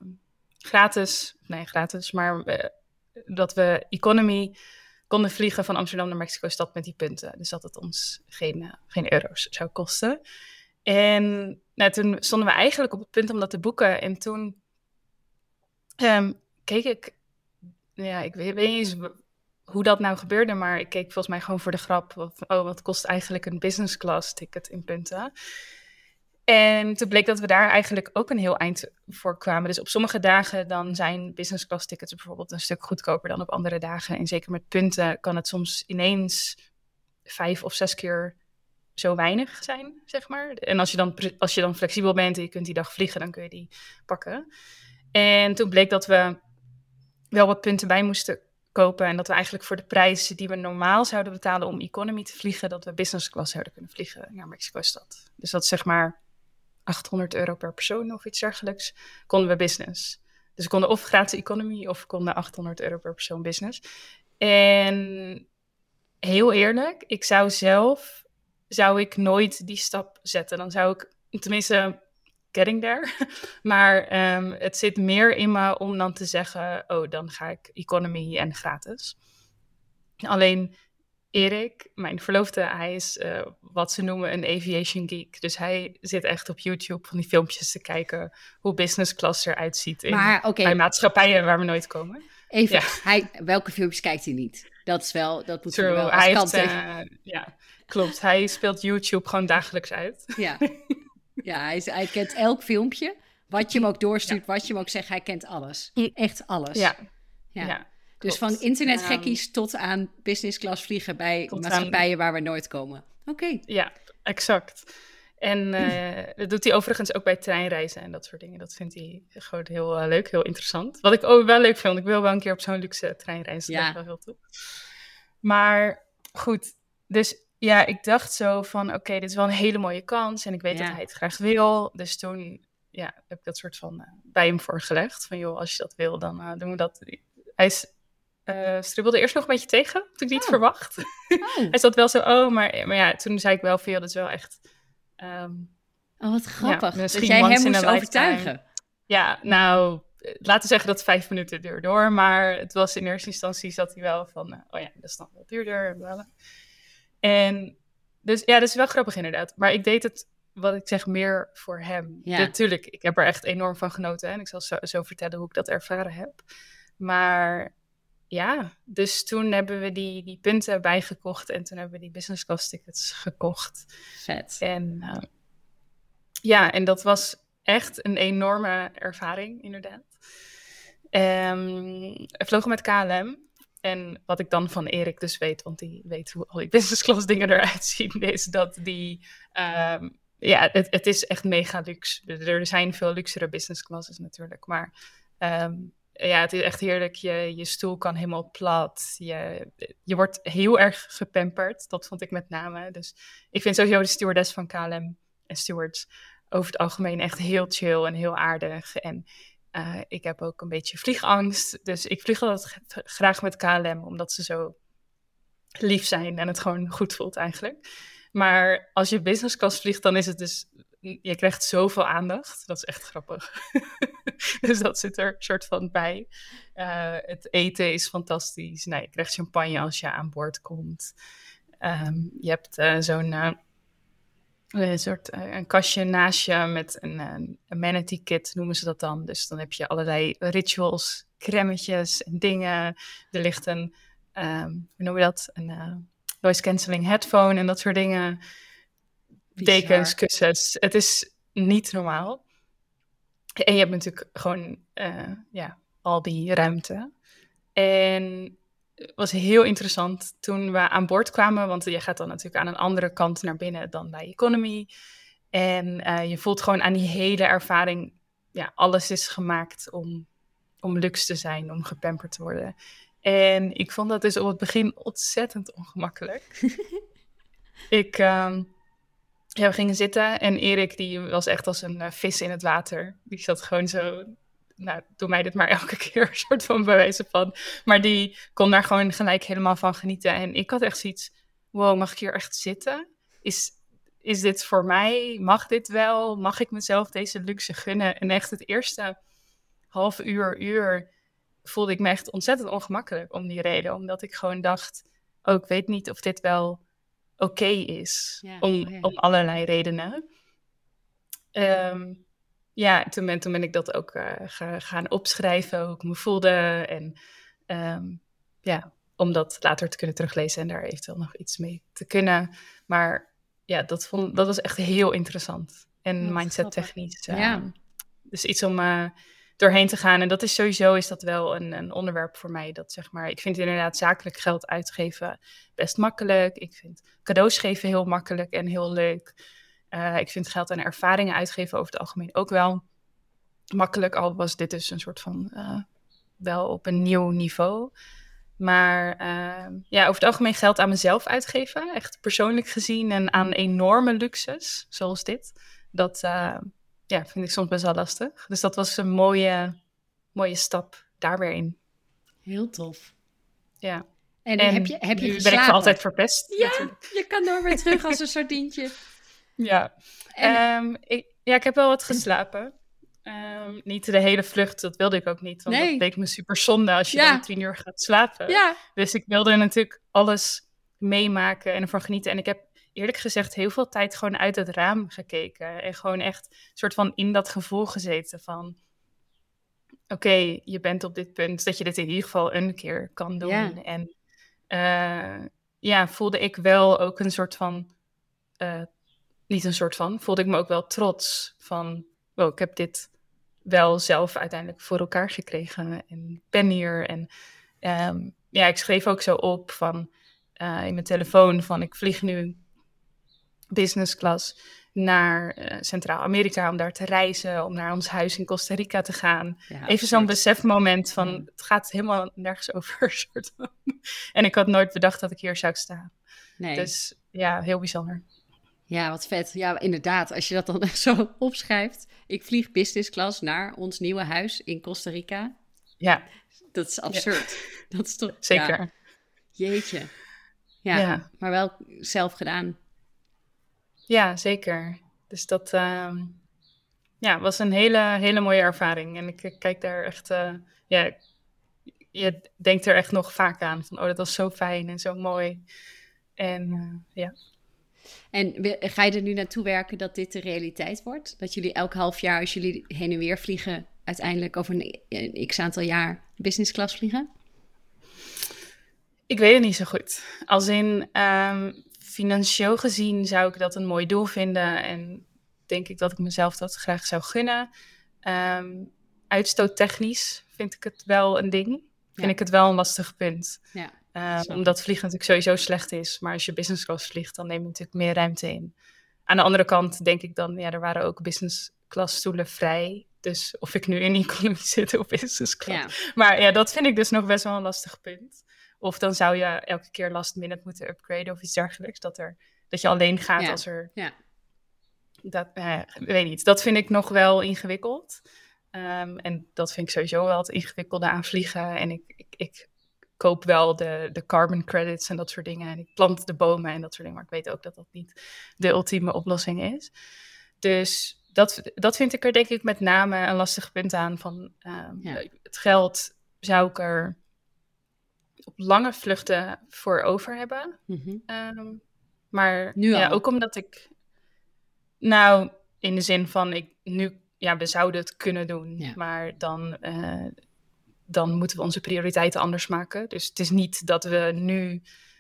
dat we economy konden vliegen van Amsterdam naar Mexico-stad met die punten. Dus dat het ons geen euro's zou kosten. En toen stonden we eigenlijk op het punt om dat te boeken. En toen keek ik, ik weet niet eens hoe dat nou gebeurde, maar ik keek volgens mij gewoon voor de grap. Wat kost eigenlijk een business class ticket in punten? En toen bleek dat we daar eigenlijk ook een heel eind voor kwamen. Dus op sommige dagen dan zijn business class tickets bijvoorbeeld een stuk goedkoper dan op andere dagen. En zeker met punten kan het soms ineens 5 of 6 keer zo weinig zijn, zeg maar. En als je dan flexibel bent en je kunt die dag vliegen, dan kun je die pakken. En toen bleek dat we wel wat punten bij moesten kopen en dat we eigenlijk voor de prijs die we normaal zouden betalen om economy te vliegen, dat we business class zouden kunnen vliegen naar Mexico-stad. Dus dat is zeg maar €800 per persoon of iets dergelijks, konden we business. Dus we konden of gratis economy of we konden €800 per persoon business. En heel eerlijk, zou ik nooit die stap zetten. Dan zou ik, tenminste, getting there. Maar het zit meer in me om dan te zeggen, dan ga ik economy en gratis. Alleen Erik, mijn verloofde, hij is wat ze noemen een aviation geek. Dus hij zit echt op YouTube van die filmpjes te kijken hoe business class eruit ziet bij maatschappijen waar we nooit komen. Even, welke filmpjes kijkt hij niet? Dat is wel, dat moet wel als kant klopt. Hij speelt YouTube gewoon dagelijks uit. Ja. Ja, hij kent elk filmpje. Wat je hem ook doorstuurt, wat je hem ook zegt, hij kent alles. Echt alles. Ja. Dus van internetgekkies tot aan business class vliegen bij maatschappijen waar we nooit komen. Oké. Ja, exact. En dat doet hij overigens ook bij treinreizen en dat soort dingen. Dat vindt hij gewoon heel leuk, heel interessant. Wat ik ook wel leuk vind, ik wil wel een keer op zo'n luxe treinreis. Dat is wel heel tof. Maar goed, dus ja, ik dacht zo van, oké, dit is wel een hele mooie kans. En ik weet dat hij het graag wil. Dus toen heb ik dat soort van bij hem voorgelegd. Van joh, als je dat wil, dan doen we dat. Hij stribbelde eerst nog een beetje tegen, toen ik niet verwacht. Hij zat wel zo, maar ja, toen zei ik wel veel, dat is wel echt... wat grappig. Dus jij hem moest overtuigen. Ja, nou, laten we zeggen dat 5 minuten duurde door. Maar het was in eerste instantie zat hij wel van, dat is dan wel duurder. En dus ja, dat is wel grappig inderdaad. Maar ik deed het, wat ik zeg, meer voor hem. Natuurlijk, ik heb er echt enorm van genoten. En ik zal zo vertellen hoe ik dat ervaren heb. Maar ja, dus toen hebben we die punten bijgekocht. En toen hebben we die business class tickets gekocht. Vet. En en dat was echt een enorme ervaring, inderdaad. We vlogen met KLM. En wat ik dan van Erik dus weet, want die weet hoe al die business class dingen eruit zien, is dat die... het is echt mega luxe. Er zijn veel luxere business classes natuurlijk, maar... het is echt heerlijk. Je stoel kan helemaal plat. Je wordt heel erg gepamperd. Dat vond ik met name. Dus ik vind sowieso de stewardess van KLM en stewards over het algemeen echt heel chill en heel aardig. En ik heb ook een beetje vliegangst. Dus ik vlieg altijd graag met KLM, omdat ze zo lief zijn en het gewoon goed voelt eigenlijk. Maar als je business class vliegt, dan is het dus... Je krijgt zoveel aandacht. Dat is echt grappig. Dus dat zit er soort van bij. Het eten is fantastisch. Nou, je krijgt champagne als je aan boord komt. Je hebt zo'n een kastje naast je met een amenity kit, noemen ze dat dan. Dus dan heb je allerlei rituals, crèmetjes en dingen. Er ligt een, hoe noem je dat? Een noise cancelling headphone en dat soort dingen. Bizar. Dekens, kussens. Het is niet normaal. En je hebt natuurlijk gewoon al die ruimte. En het was heel interessant toen we aan boord kwamen, want je gaat dan natuurlijk aan een andere kant naar binnen dan bij economy. En je voelt gewoon aan die hele ervaring, alles is gemaakt om luxe te zijn, om gepamperd te worden. En ik vond dat dus op het begin ontzettend ongemakkelijk. We gingen zitten en Erik die was echt als een vis in het water. Die zat gewoon zo, doe mij dit maar elke keer, soort van bewijzen van. Maar die kon daar gewoon gelijk helemaal van genieten. En ik had echt zoiets, wow, mag ik hier echt zitten? Is dit voor mij? Mag dit wel? Mag ik mezelf deze luxe gunnen? En echt het eerste half uur voelde ik me echt ontzettend ongemakkelijk om die reden. Omdat ik gewoon dacht, ik weet niet of dit wel oké is, om allerlei redenen. Toen ben ik dat ook gaan opschrijven, hoe ik me voelde. En om dat later te kunnen teruglezen en daar eventueel nog iets mee te kunnen. Maar ja, dat was echt heel interessant. En mindset technisch. Dus iets om doorheen te gaan. En dat is sowieso wel een onderwerp voor mij. Dat zeg maar, ik vind inderdaad zakelijk geld uitgeven best makkelijk. Ik vind cadeaus geven heel makkelijk en heel leuk. Ik vind geld aan ervaringen uitgeven over het algemeen ook wel makkelijk. Al was dit dus een soort van wel op een nieuw niveau. Maar over het algemeen geld aan mezelf uitgeven. Echt persoonlijk gezien en aan enorme luxes, zoals dit. Dat vind ik soms best wel lastig. Dus dat was een mooie stap daar weer in. Heel tof. Ja. En heb je geslapen? Ben ik voor altijd verpest. Ja, natuurlijk. Je kan nooit weer terug als een sardientje. Ja. Ik heb wel wat geslapen. Niet de hele vlucht, dat wilde ik ook niet. Want dat leek me super zonde als je dan 10 uur gaat slapen. Ja. Dus ik wilde natuurlijk alles meemaken en ervan genieten. En ik heb eerlijk gezegd heel veel tijd gewoon uit het raam gekeken. En gewoon echt een soort van in dat gevoel gezeten van... Oké, je bent op dit punt dat je dit in ieder geval een keer kan doen. En voelde ik wel ook een soort van niet een soort van, voelde ik me ook wel trots van, wow, ik heb dit wel zelf uiteindelijk voor elkaar gekregen en ben hier. En ik schreef ook zo op van in mijn telefoon van ik vlieg nu business class naar Centraal-Amerika om daar te reizen, om naar ons huis in Costa Rica te gaan. Ja, even zo'n besefmoment van het gaat helemaal nergens over. Soort van. En ik had nooit bedacht dat ik hier zou staan. Nee. Dus ja, heel bijzonder. Ja, wat vet. Ja, inderdaad. Als je dat dan zo opschrijft. Ik vlieg business class naar ons nieuwe huis in Costa Rica. Ja. Dat is absurd. Ja. Dat is toch... Zeker. Ja. Jeetje. Ja, maar wel zelf gedaan. Ja, zeker. Dus dat was een hele mooie ervaring. En ik kijk daar echt... je denkt er echt nog vaak aan. Van, dat was zo fijn en zo mooi. En ja... En ga je er nu naartoe werken dat dit de realiteit wordt? Dat jullie elk half jaar, als jullie heen en weer vliegen, uiteindelijk over een x-aantal jaar business class vliegen? Ik weet het niet zo goed. Als in financieel gezien zou ik dat een mooi doel vinden. En denk ik dat ik mezelf dat graag zou gunnen. Uitstoottechnisch vind ik het wel een ding. Vind ik het wel een lastig punt. Ja. Omdat vliegen natuurlijk sowieso slecht is. Maar als je business class vliegt, dan neem je natuurlijk meer ruimte in. Aan de andere kant denk ik dan, er waren ook business class stoelen vrij. Dus of ik nu in economy zit of business class. Ja. Maar dat vind ik dus nog best wel een lastig punt. Of dan zou je elke keer last minute moeten upgraden of iets dergelijks. Dat je alleen gaat als er... Ja. Dat, weet niet. Dat vind ik nog wel ingewikkeld. En dat vind ik sowieso wel het ingewikkelde aan vliegen. En ik koop wel de carbon credits en dat soort dingen. En ik plant de bomen en dat soort dingen. Maar ik weet ook dat dat niet de ultieme oplossing is. Dus dat vind ik er denk ik met name een lastig punt aan. Van het geld zou ik er op lange vluchten voor over hebben. Mm-hmm. Maar nu ook omdat ik... Nou, in de zin van we zouden het kunnen doen. Ja. Maar dan moeten we onze prioriteiten anders maken. Dus het is niet dat we nu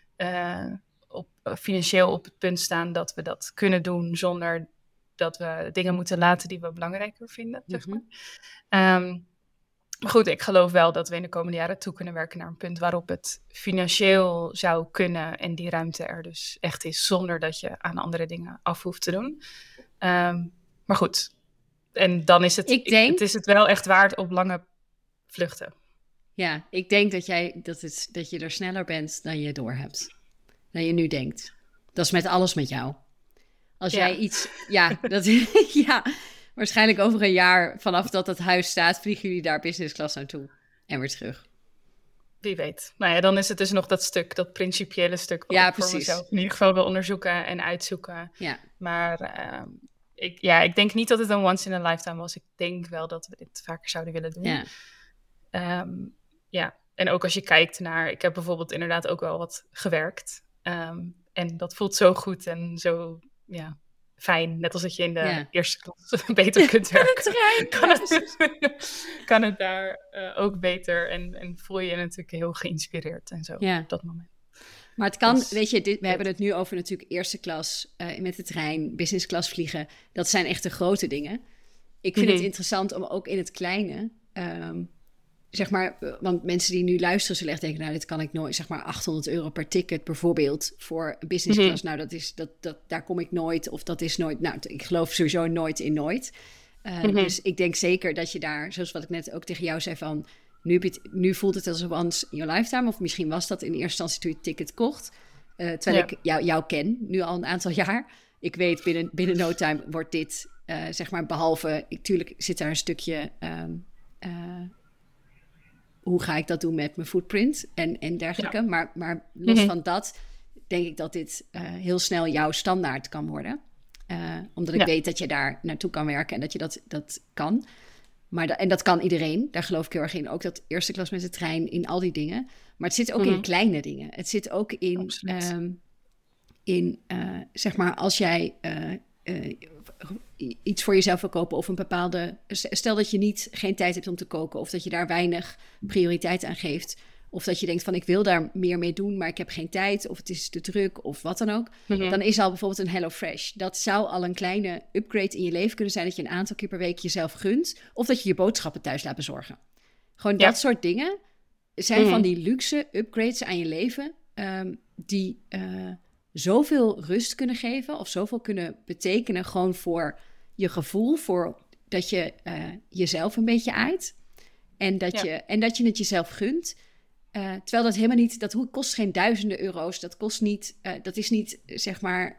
financieel op het punt staan dat we dat kunnen doen zonder dat we dingen moeten laten die we belangrijker vinden. Mm-hmm. Zeg maar. Maar goed, ik geloof wel dat we in de komende jaren toe kunnen werken naar een punt waarop het financieel zou kunnen en die ruimte er dus echt is, zonder dat je aan andere dingen af hoeft te doen. Maar goed, en dan is het, het is het wel echt waard op lange vluchten. Ja, ik denk dat je er sneller bent dan je doorhebt. Dan je nu denkt. Dat is met alles met jou. Als jij iets... Ja, waarschijnlijk over een jaar vanaf dat het huis staat, vliegen jullie daar business class naartoe. En weer terug. Wie weet. Nou ja, dan is het dus nog dat stuk, dat principiële stuk, wat ik voor mezelf in ieder geval wil onderzoeken en uitzoeken. Ja. Maar ik denk niet dat het een once in a lifetime was. Ik denk wel dat we dit vaker zouden willen doen. Ja. En ook als je kijkt naar... Ik heb bijvoorbeeld inderdaad ook wel wat gewerkt. En dat voelt zo goed en zo fijn. Net als dat je in de eerste klas beter kunt werken. Kan het daar ook beter. En voel je je natuurlijk heel geïnspireerd en zo op dat moment. Maar het kan, weet je, we hebben het nu over natuurlijk eerste klas met de trein, business class vliegen. Dat zijn echt de grote dingen. Ik vind het interessant om ook in het kleine... zeg maar, want mensen die nu luisteren zullen echt denken... nou, dit kan ik nooit, zeg maar €800 per ticket bijvoorbeeld... voor business class. Nou, daar kom ik nooit, of dat is nooit... Nou, ik geloof sowieso nooit in nooit. Dus ik denk zeker dat je daar, zoals wat ik net ook tegen jou zei van... Nu voelt het als een once in your lifetime... of misschien was dat in eerste instantie toen je het ticket kocht... terwijl ik jou ken, nu al een aantal jaar... Ik weet, binnen no time wordt dit, zeg maar, behalve... Tuurlijk zit daar een stukje... hoe ga ik dat doen met mijn footprint en dergelijke. Ja. Maar los van dat, denk ik dat dit heel snel jouw standaard kan worden. Omdat ik weet dat je daar naartoe kan werken en dat je dat kan. En dat kan iedereen, daar geloof ik heel erg in. Ook dat eerste klas met de trein, in al die dingen. Maar het zit ook in kleine dingen. Het zit ook in zeg maar, als jij... iets voor jezelf wil kopen of een bepaalde... Stel dat je geen tijd hebt om te koken... of dat je daar weinig prioriteit aan geeft... of dat je denkt van ik wil daar meer mee doen, maar ik heb geen tijd, of het is te druk, of wat dan ook, dan is al bijvoorbeeld een HelloFresh. Dat zou al een kleine upgrade in je leven kunnen zijn, dat je een aantal keer per week jezelf gunt, of dat je je boodschappen thuis laat bezorgen. Gewoon dat soort dingen zijn van die luxe upgrades aan je leven, die zoveel rust kunnen geven, of zoveel kunnen betekenen gewoon voor je gevoel, voor dat je jezelf een beetje aait. En dat je het jezelf gunt. Terwijl dat helemaal niet, dat kost geen duizenden euro's. Dat kost niet, dat is niet, zeg maar,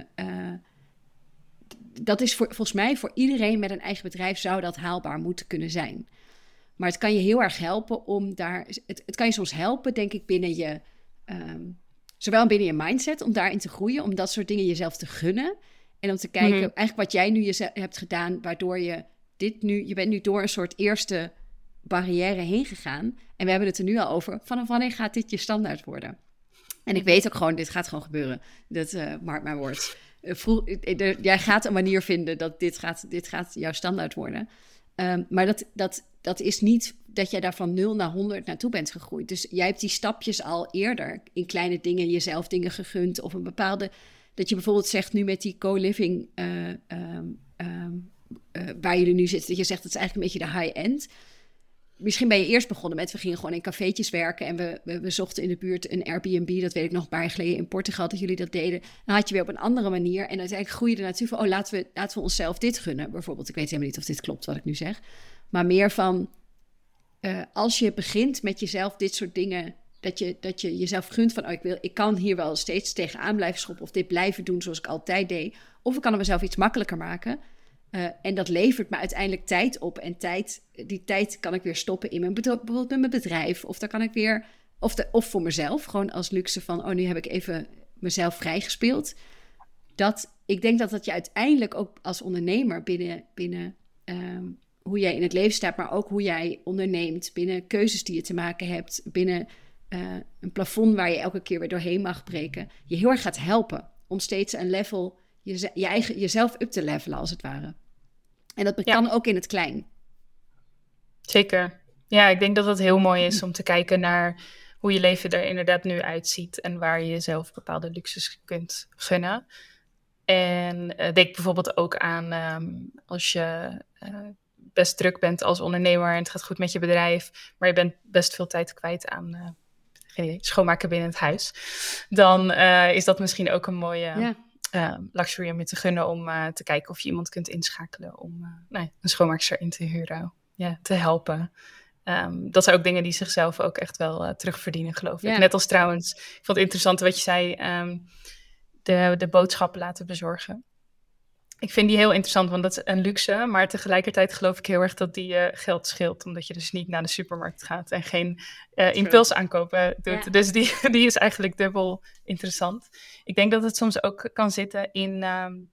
dat is volgens mij voor iedereen met een eigen bedrijf zou dat haalbaar moeten kunnen zijn. Maar het kan je heel erg helpen om daar, het kan je soms helpen, denk ik, binnen je, zowel binnen je mindset, om daarin te groeien, om dat soort dingen jezelf te gunnen. En om te kijken, eigenlijk wat jij nu hebt gedaan, waardoor je bent nu door een soort eerste barrière heen gegaan. En we hebben het er nu al over, vanaf wanneer gaat dit je standaard worden? En ik weet ook gewoon, dit gaat gewoon gebeuren. Dat, mark my words. Jij gaat een manier vinden dat dit gaat jouw standaard worden. Maar dat is niet dat jij daar van 0 naar 100 naartoe bent gegroeid. Dus jij hebt die stapjes al eerder in kleine dingen, jezelf dingen gegund. Of een bepaalde, dat je bijvoorbeeld zegt nu met die co-living waar jullie nu zitten, dat je zegt dat is eigenlijk een beetje de high-end. Misschien ben je eerst begonnen met, we gingen gewoon in cafeetjes werken en we zochten in de buurt een Airbnb, dat weet ik nog een paar jaar geleden in Portugal, dat jullie dat deden. Dan had je weer op een andere manier en uiteindelijk groeide er naartoe van, laten we onszelf dit gunnen, bijvoorbeeld. Ik weet helemaal niet of dit klopt wat ik nu zeg, maar meer van, als je begint met jezelf dit soort dingen, dat je jezelf gunt van, ik kan hier wel steeds tegenaan blijven schoppen of dit blijven doen zoals ik altijd deed, of ik kan het mezelf iets makkelijker maken. En dat levert me uiteindelijk tijd op. En die tijd kan ik weer stoppen in bijvoorbeeld met mijn bedrijf. Of dan kan ik weer, of voor mezelf, gewoon als luxe van, nu heb ik even mezelf vrijgespeeld. Ik denk dat je uiteindelijk ook als ondernemer binnen hoe jij in het leven staat, maar ook hoe jij onderneemt, binnen keuzes die je te maken hebt, binnen een plafond waar je elke keer weer doorheen mag breken, je heel erg gaat helpen om steeds een level jezelf up te levelen, als het ware. En dat kan ook in het klein. Zeker. Ja, ik denk dat het heel mooi is om te kijken naar hoe je leven er inderdaad nu uitziet en waar je jezelf bepaalde luxes kunt gunnen. En denk bijvoorbeeld ook aan als je best druk bent als ondernemer en het gaat goed met je bedrijf, maar je bent best veel tijd kwijt aan schoonmaken binnen het huis. Dan is dat misschien ook een mooie luxury om je te gunnen om te kijken of je iemand kunt inschakelen om een schoonmaakster in te huren, te helpen. Dat zijn ook dingen die zichzelf ook echt wel terugverdienen, geloof ik. Net als trouwens, ik vond het interessant wat je zei, de boodschappen laten bezorgen. Ik vind die heel interessant, want dat is een luxe, maar tegelijkertijd geloof ik heel erg dat die geld scheelt, omdat je dus niet naar de supermarkt gaat en geen impulsaankopen doet. Ja. Dus die is eigenlijk dubbel interessant. Ik denk dat het soms ook kan zitten in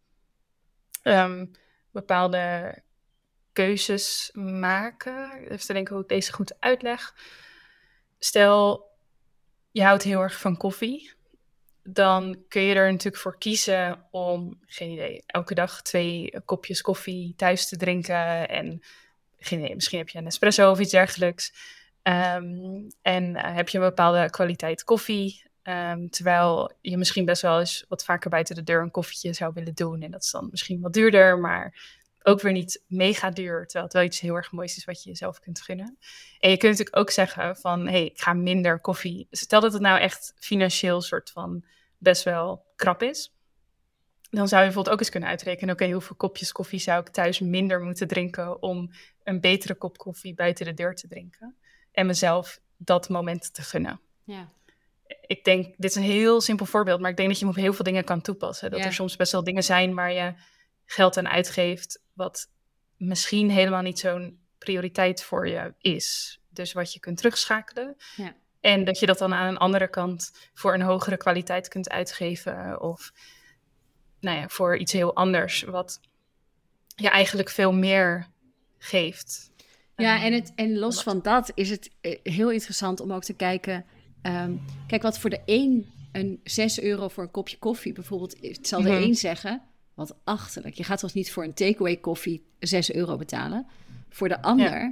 bepaalde keuzes maken. Even te denken hoe ik deze goed uitleg. Stel, je houdt heel erg van koffie. Dan kun je er natuurlijk voor kiezen om, geen idee, elke dag 2 kopjes koffie thuis te drinken. En geen idee, misschien heb je een espresso of iets dergelijks. En heb je een bepaalde kwaliteit koffie. Terwijl je misschien best wel eens wat vaker buiten de deur een koffietje zou willen doen. En dat is dan misschien wat duurder, maar ook weer niet mega duur. Terwijl het wel iets heel erg moois is wat je jezelf kunt gunnen. En je kunt natuurlijk ook zeggen van, ik ga minder koffie. Stel dat het nou echt financieel soort van best wel krap is. Dan zou je bijvoorbeeld ook eens kunnen uitrekenen, hoeveel kopjes koffie zou ik thuis minder moeten drinken om een betere kop koffie buiten de deur te drinken. En mezelf dat moment te gunnen. Ja. Ik denk, dit is een heel simpel voorbeeld, maar ik denk dat je hem op heel veel dingen kan toepassen. Dat er soms best wel dingen zijn waar je geld aan uitgeeft, wat misschien helemaal niet zo'n prioriteit voor je is. Dus wat je kunt terugschakelen. Ja. En dat je dat dan aan een andere kant voor een hogere kwaliteit kunt uitgeven. Of voor iets heel anders, wat je eigenlijk veel meer geeft. Ja, en los van dat is het heel interessant om ook te kijken. Kijk, wat voor de een 6 euro voor een kopje koffie bijvoorbeeld, het zal de een zeggen, wat achterlijk. Je gaat toch niet voor een takeaway koffie 6 euro betalen? Voor de ander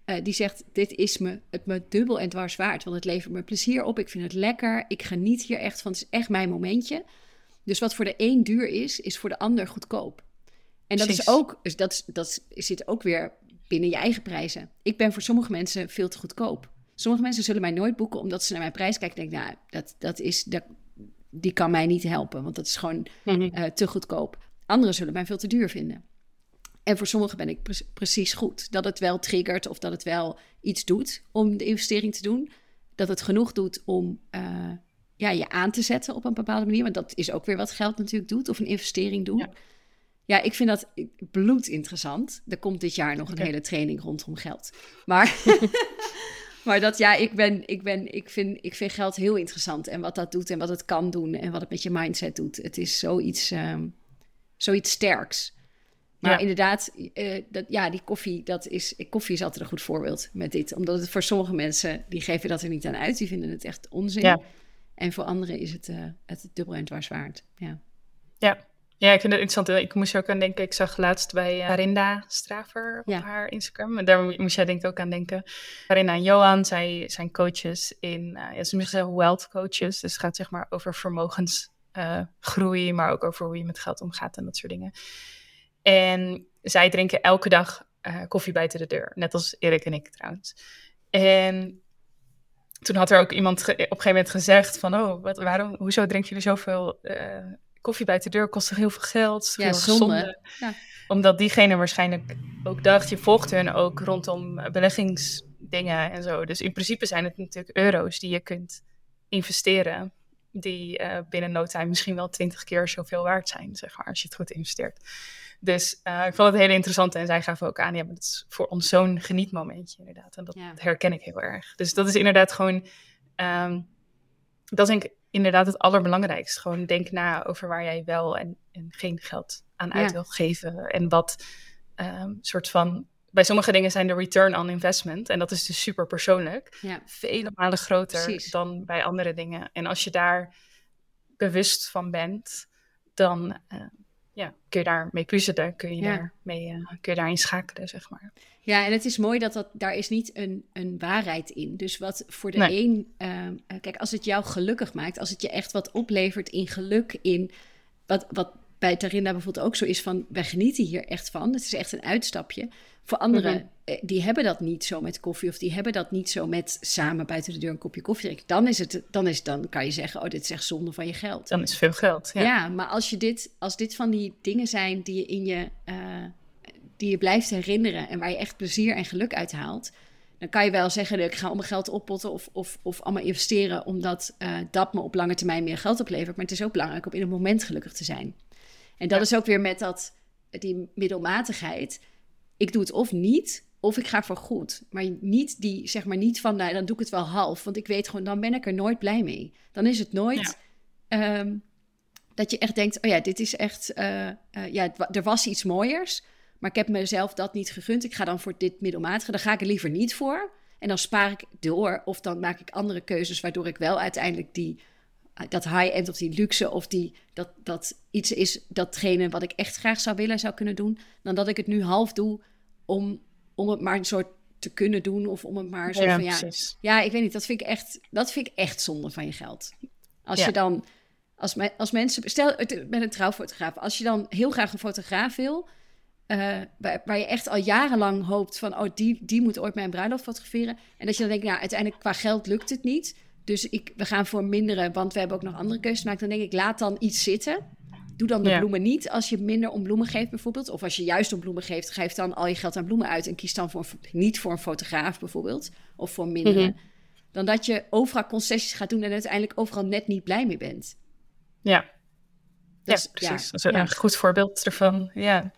die zegt, dit is het me dubbel en dwars waard. Want het levert me plezier op. Ik vind het lekker. Ik geniet hier echt van. Het is echt mijn momentje. Dus wat voor de een duur is voor de ander goedkoop. En dat is ook, dat zit ook weer binnen je eigen prijzen. Ik ben voor sommige mensen veel te goedkoop. Sommige mensen zullen mij nooit boeken omdat ze naar mijn prijs kijken en denken, nou, die kan mij niet helpen, want dat is gewoon te goedkoop. Anderen zullen mij veel te duur vinden. En voor sommigen ben ik precies goed. Dat het wel triggert of dat het wel iets doet om de investering te doen. Dat het genoeg doet om je aan te zetten op een bepaalde manier. Want dat is ook weer wat geld natuurlijk doet of een investering doen. Ja, ik vind dat bloedinteressant. Er komt dit jaar nog een hele training rondom geld. Maar, maar dat ik vind geld heel interessant. En wat dat doet en wat het kan doen en wat het met je mindset doet. Het is zoiets sterks. Maar inderdaad, die koffie, koffie is altijd een goed voorbeeld met dit. Omdat het voor sommige mensen, die geven dat er niet aan uit. Die vinden het echt onzin. Ja. En voor anderen is het dubbel en dwars waard. Ja, ik vind het interessant. Ik moest er ook aan denken. Ik zag laatst bij Arinda Straver op haar Instagram. En daar moest jij denk ik ook aan denken. Arinda en Johan, zij zijn coaches in... ze noemen zichzelf wealth coaches. Dus het gaat zeg maar over vermogensgroei, maar ook over hoe je met geld omgaat en dat soort dingen. En zij drinken elke dag koffie buiten de deur. Net als Erik en ik trouwens. En toen had er ook iemand op een gegeven moment gezegd van... hoezo drinken jullie zoveel koffie buiten de deur? Kost toch heel veel geld? Ja, zonde. Ja. Omdat diegene waarschijnlijk ook dacht... je volgt hun ook rondom beleggingsdingen en zo. Dus in principe zijn het natuurlijk euro's die je kunt investeren... die binnen no time misschien wel 20 keer zoveel waard zijn, zeg maar, als je het goed investeert. Dus ik vond het heel interessant en zij gaven ook aan, maar dat is voor ons zo'n genietmomentje inderdaad. En dat herken ik heel erg. Dus dat is inderdaad gewoon, dat is denk ik inderdaad het allerbelangrijkste. Gewoon denk na over waar jij wel en geen geld aan uit wil geven. En wat soort van... Bij sommige dingen zijn de return on investment. En dat is dus super persoonlijk. Ja. Vele malen groter dan bij andere dingen. En als je daar bewust van bent, dan kun je daarmee puzzelen. Kun je daarin schakelen, zeg maar. Ja, en het is mooi dat daar is niet een waarheid in. Dus wat voor de een... kijk, als het jou gelukkig maakt, als het je echt wat oplevert in geluk, in wat bij Tarinda bijvoorbeeld ook zo is van, wij genieten hier echt van. Het is echt een uitstapje. Voor anderen, die hebben dat niet zo met koffie... of die hebben dat niet zo met samen buiten de deur een kopje koffie drinken. Dan kan je zeggen, dit is echt zonde van je geld. Dan is veel geld, ja. Maar als dit van die dingen zijn die je blijft herinneren... en waar je echt plezier en geluk uit haalt... dan kan je wel zeggen, ik ga al mijn geld oppotten of allemaal investeren... omdat dat me op lange termijn meer geld oplevert. Maar het is ook belangrijk om in het moment gelukkig te zijn. En dat is ook weer met die middelmatigheid... Ik doe het of niet, of ik ga voor goed. Maar niet van, dan doe ik het wel half. Want ik weet gewoon, dan ben ik er nooit blij mee. Dan is het nooit dat je echt denkt... dit is echt... er was iets mooiers, maar ik heb mezelf dat niet gegund. Ik ga dan voor dit middelmatige. Dan ga ik er liever niet voor. En dan spaar ik door. Of dan maak ik andere keuzes... waardoor ik wel uiteindelijk dat high-end of die luxe... of dat iets is, datgene wat ik echt graag zou kunnen doen... dan dat ik het nu half doe... om het maar een soort te kunnen doen... of om het maar een soort van... Ja, ik weet niet, dat vind ik echt zonde van je geld. Als je dan... Als mensen... Stel, met een trouwfotograaf... als je dan heel graag een fotograaf wil... waar je echt al jarenlang hoopt van... die moet ooit mijn bruiloft fotograferen... en dat je dan denkt, uiteindelijk qua geld lukt het niet... Dus we gaan voor mindere, want we hebben ook nog andere keuzes gemaakt. Dan denk ik, laat dan iets zitten. Doe dan de bloemen niet als je minder om bloemen geeft bijvoorbeeld. Of als je juist om bloemen geeft, geef dan al je geld aan bloemen uit. En kies dan niet voor een fotograaf bijvoorbeeld. Of voor mindere. Dan dat je overal concessies gaat doen en uiteindelijk overal net niet blij mee bent. Ja, precies. Dat is een goed voorbeeld ervan. Ja.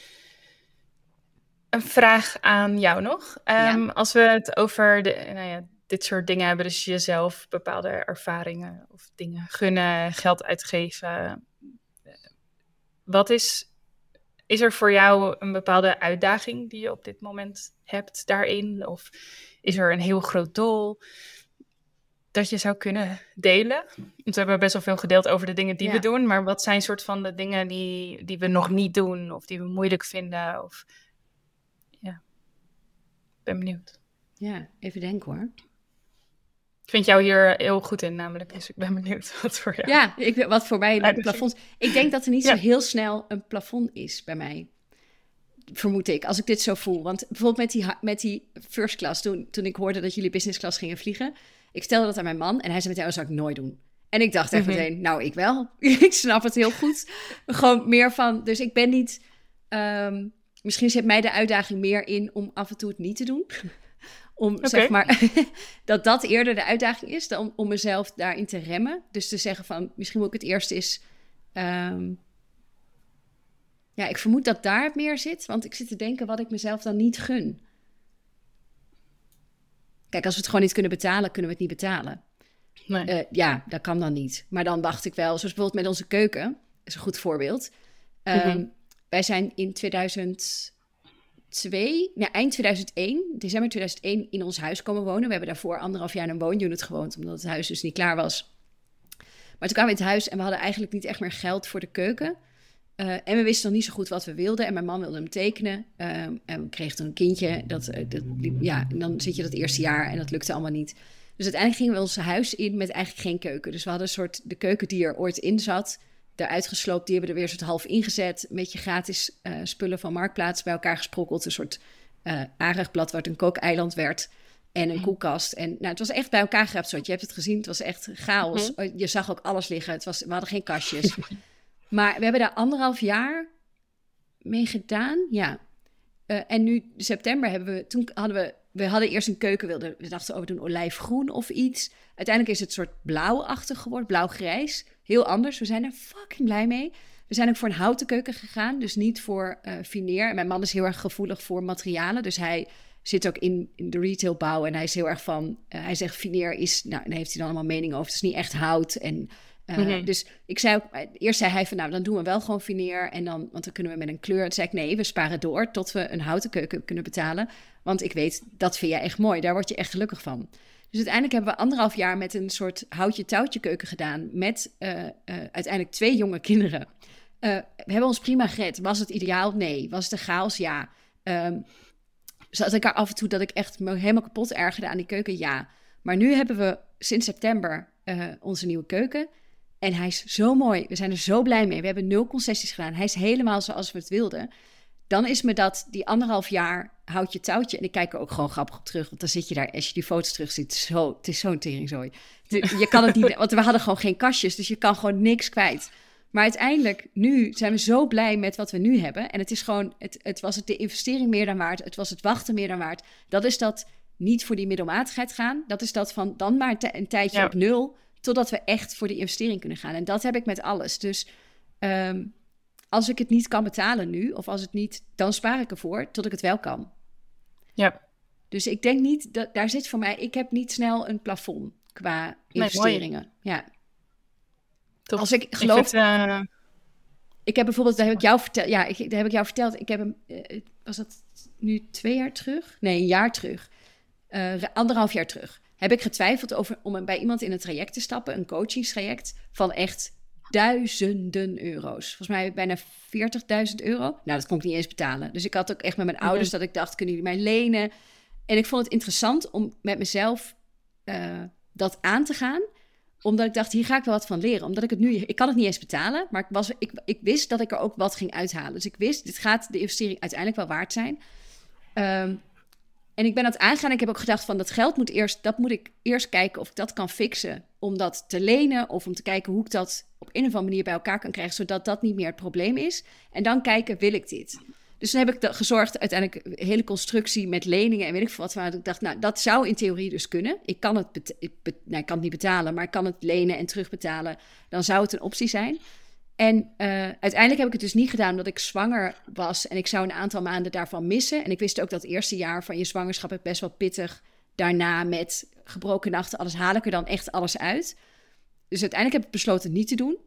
Een vraag aan jou nog. Als we het over dit soort dingen hebben, dus jezelf bepaalde ervaringen of dingen gunnen, geld uitgeven. Wat is er voor jou een bepaalde uitdaging die je op dit moment hebt daarin? Of is er een heel groot doel dat je zou kunnen delen? Want we hebben best wel veel gedeeld over de dingen die we doen, maar wat zijn soort van de dingen die we nog niet doen of die we moeilijk vinden? Of ben benieuwd. Ja, even denken hoor. Ik vind jou hier heel goed in namelijk, dus ik ben benieuwd wat voor jou. Ja, wat voor mij een plafond. Ik denk dat er niet zo heel snel een plafond is bij mij. Vermoed ik, als ik dit zo voel. Want bijvoorbeeld met die first class, toen ik hoorde dat jullie business class gingen vliegen, ik stelde dat aan mijn man en hij zei meteen, dat zou ik nooit doen. En ik dacht echt meteen, nou, ik wel. Ik snap het heel goed. Gewoon meer van, dus ik ben niet, misschien zit mij de uitdaging meer in om af en toe het niet te doen. Zeg maar, dat eerder de uitdaging is dan om mezelf daarin te remmen. Dus te zeggen van, misschien moet ik het eerst eens... ik vermoed dat daar het meer zit. Want ik zit te denken wat ik mezelf dan niet gun. Kijk, als we het gewoon niet kunnen betalen, kunnen we het niet betalen. Nee. Dat kan dan niet. Maar dan wacht ik wel. Zoals bijvoorbeeld met onze keuken. Dat is een goed voorbeeld. Wij zijn in eind 2001, december 2001, in ons huis komen wonen. We hebben daarvoor 1,5 jaar in een woonunit gewoond, omdat het huis dus niet klaar was. Maar toen kwamen we in het huis en we hadden eigenlijk niet echt meer geld voor de keuken. En we wisten nog niet zo goed wat we wilden. En mijn man wilde hem tekenen. En we kregen toen een kindje. En dan zit je dat eerste jaar en dat lukte allemaal niet. Dus uiteindelijk gingen we ons huis in met eigenlijk geen keuken. Dus we hadden een soort de keuken die er ooit in zat, eruit gesloopt. Die hebben er weer een soort half ingezet. Een beetje gratis spullen van Marktplaats bij elkaar gesprokkeld. Een soort aardigblad wat een kookeiland werd. En een koelkast. En het was echt bij elkaar geraapt. Je hebt het gezien, het was echt chaos. Je zag ook alles liggen. We hadden geen kastjes. Maar we hebben daar 1,5 jaar mee gedaan. Ja. En nu, september, we hadden eerst een keuken. We dachten, we doen olijfgroen of iets. Uiteindelijk is het een soort blauwachtig geworden. Blauw-grijs. Heel anders. We zijn er fucking blij mee. We zijn ook voor een houten keuken gegaan. Dus niet voor fineer. En mijn man is heel erg gevoelig voor materialen. Dus hij zit ook in de retailbouw. En hij is heel erg van... hij zegt, fineer is... Nou, daar heeft hij dan allemaal mening over. Het is niet echt hout. En... Dus ik zei ook, eerst zei hij van, nou, dan doen we wel gewoon fineer. En dan, want dan kunnen we met een kleur. En toen zei ik, nee, we sparen door tot we een houten keuken kunnen betalen. Want ik weet, dat vind jij echt mooi. Daar word je echt gelukkig van. Dus uiteindelijk hebben we 1,5 jaar met een soort houtje-touwtje keuken gedaan. Met uiteindelijk 2 jonge kinderen. We hebben ons prima gered. Was het ideaal? Nee. Was het een chaos? Ja. Zat ik er af en toe dat ik echt me helemaal kapot ergerde aan die keuken? Ja. Maar nu hebben we sinds september onze nieuwe keuken. En hij is zo mooi. We zijn er zo blij mee. We hebben 0 concessies gedaan. Hij is helemaal zoals we het wilden. Dan is me dat die 1,5 jaar houtje touwtje. En ik kijk er ook gewoon grappig op terug. Want dan zit je daar, als je die foto's terug ziet. Het is zo'n teringzooi. Je kan het niet, want we hadden gewoon geen kastjes. Dus je kan gewoon niks kwijt. Maar uiteindelijk, nu zijn we zo blij met wat we nu hebben. En het is gewoon, het was de investering meer dan waard. Het was het wachten meer dan waard. Dat is dat niet voor die middelmatigheid gaan. Dat is dat van dan maar een tijdje op 0... totdat we echt voor die investering kunnen gaan. En dat heb ik met alles. Dus als ik het niet kan betalen nu, of als het niet, dan spaar ik ervoor tot ik het wel kan. Ja. Dus ik denk niet, daar zit voor mij, ik heb niet snel een plafond qua investeringen. Nee, ja. Top. Als ik geloof... Ik heb bijvoorbeeld, daar heb ik jou verteld. Ja, daar heb ik jou verteld. Ik heb hem, was dat nu 2 jaar terug? Nee, een jaar terug. 1,5 jaar terug. Heb ik getwijfeld over om bij iemand in een traject te stappen. Een coachingstraject van echt duizenden euro's. Volgens mij bijna 40.000 euro. Nou, dat kon ik niet eens betalen. Dus ik had ook echt met mijn ouders dat ik dacht, kunnen jullie mij lenen? En ik vond het interessant om met mezelf dat aan te gaan. Omdat ik dacht, hier ga ik wel wat van leren. Omdat ik kan het niet eens betalen. Maar ik wist dat ik er ook wat ging uithalen. Dus ik wist, dit gaat de investering uiteindelijk wel waard zijn. En ik ben aan het aangaan. Ik heb ook gedacht van dat geld moet ik eerst kijken of ik dat kan fixen. Om dat te lenen of om te kijken hoe ik dat op een of andere manier bij elkaar kan krijgen. Zodat dat niet meer het probleem is. En dan kijken, wil ik dit? Dus dan heb ik gezorgd, uiteindelijk een hele constructie met leningen en weet ik veel wat. Maar ik dacht, nou, dat zou in theorie dus kunnen. Ik kan het, ik kan het niet betalen, maar ik kan het lenen en terugbetalen. Dan zou het een optie zijn. En uiteindelijk heb ik het dus niet gedaan omdat ik zwanger was. En ik zou een aantal maanden daarvan missen. En ik wist ook dat het eerste jaar van je zwangerschap is best wel pittig. Daarna met gebroken nachten, alles haal ik er dan echt alles uit. Dus uiteindelijk heb ik besloten het niet te doen.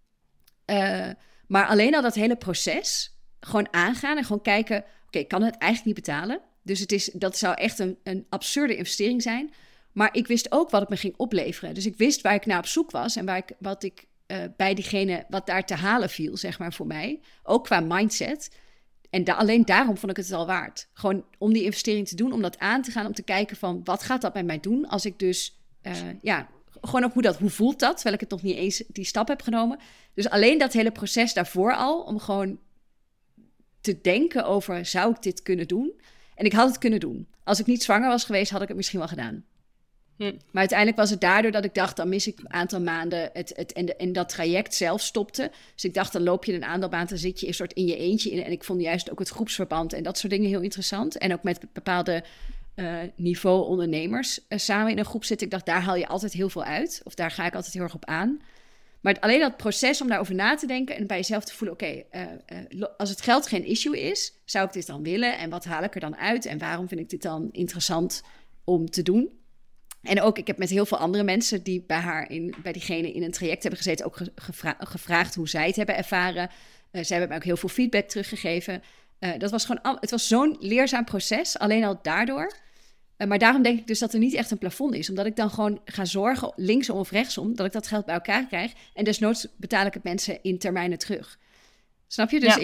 Maar alleen al dat hele proces, gewoon aangaan en gewoon kijken, oké, ik kan het eigenlijk niet betalen. Dus dat zou echt een absurde investering zijn. Maar ik wist ook wat het me ging opleveren. Dus ik wist waar ik naar op zoek was en wat ik bij diegene, wat daar te halen viel, zeg maar voor mij. Ook qua mindset. En alleen daarom vond ik het al waard. Gewoon om die investering te doen, om dat aan te gaan, om te kijken van wat gaat dat met mij doen als ik dus, gewoon ook hoe voelt dat, terwijl ik het nog niet eens die stap heb genomen. Dus alleen dat hele proces daarvoor al, om gewoon te denken over, zou ik dit kunnen doen? En ik had het kunnen doen. Als ik niet zwanger was geweest, had ik het misschien wel gedaan. Maar uiteindelijk was het daardoor dat ik dacht, dan mis ik een aantal maanden en dat traject zelf stopte. Dus ik dacht, dan loop je een aantal maanden, dan zit je een soort in je eentje in. En ik vond juist ook het groepsverband en dat soort dingen heel interessant. En ook met bepaalde niveau ondernemers samen in een groep zitten. Ik dacht, daar haal je altijd heel veel uit. Of daar ga ik altijd heel erg op aan. Maar alleen dat proces om daarover na te denken en bij jezelf te voelen, oké, als het geld geen issue is, zou ik dit dan willen? En wat haal ik er dan uit? En waarom vind ik dit dan interessant om te doen? En ook, ik heb met heel veel andere mensen die bij diegene in een traject hebben gezeten, ook gevraagd hoe zij het hebben ervaren. Zij hebben mij ook heel veel feedback teruggegeven. Het was zo'n leerzaam proces, alleen al daardoor. Maar daarom denk ik dus dat er niet echt een plafond is. Omdat ik dan gewoon ga zorgen, linksom of rechtsom, dat ik dat geld bij elkaar krijg. En desnoods betaal ik het mensen in termijnen terug. Snap je? Dus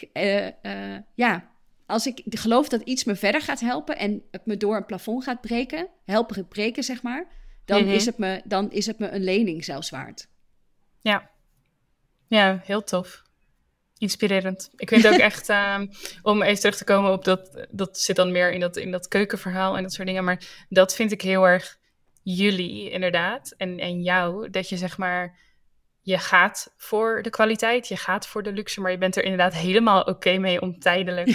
als ik geloof dat iets me verder gaat helpen en het me door een plafond gaat breken, zeg maar, dan is het me een lening zelfs waard. Ja, heel tof. Inspirerend. Ik vind het ook echt, om even terug te komen op dat zit dan meer in dat keukenverhaal en dat soort dingen, maar dat vind ik heel erg jullie inderdaad en jou, dat je zeg maar, je gaat voor de kwaliteit, je gaat voor de luxe, maar je bent er inderdaad helemaal oké mee om tijdelijk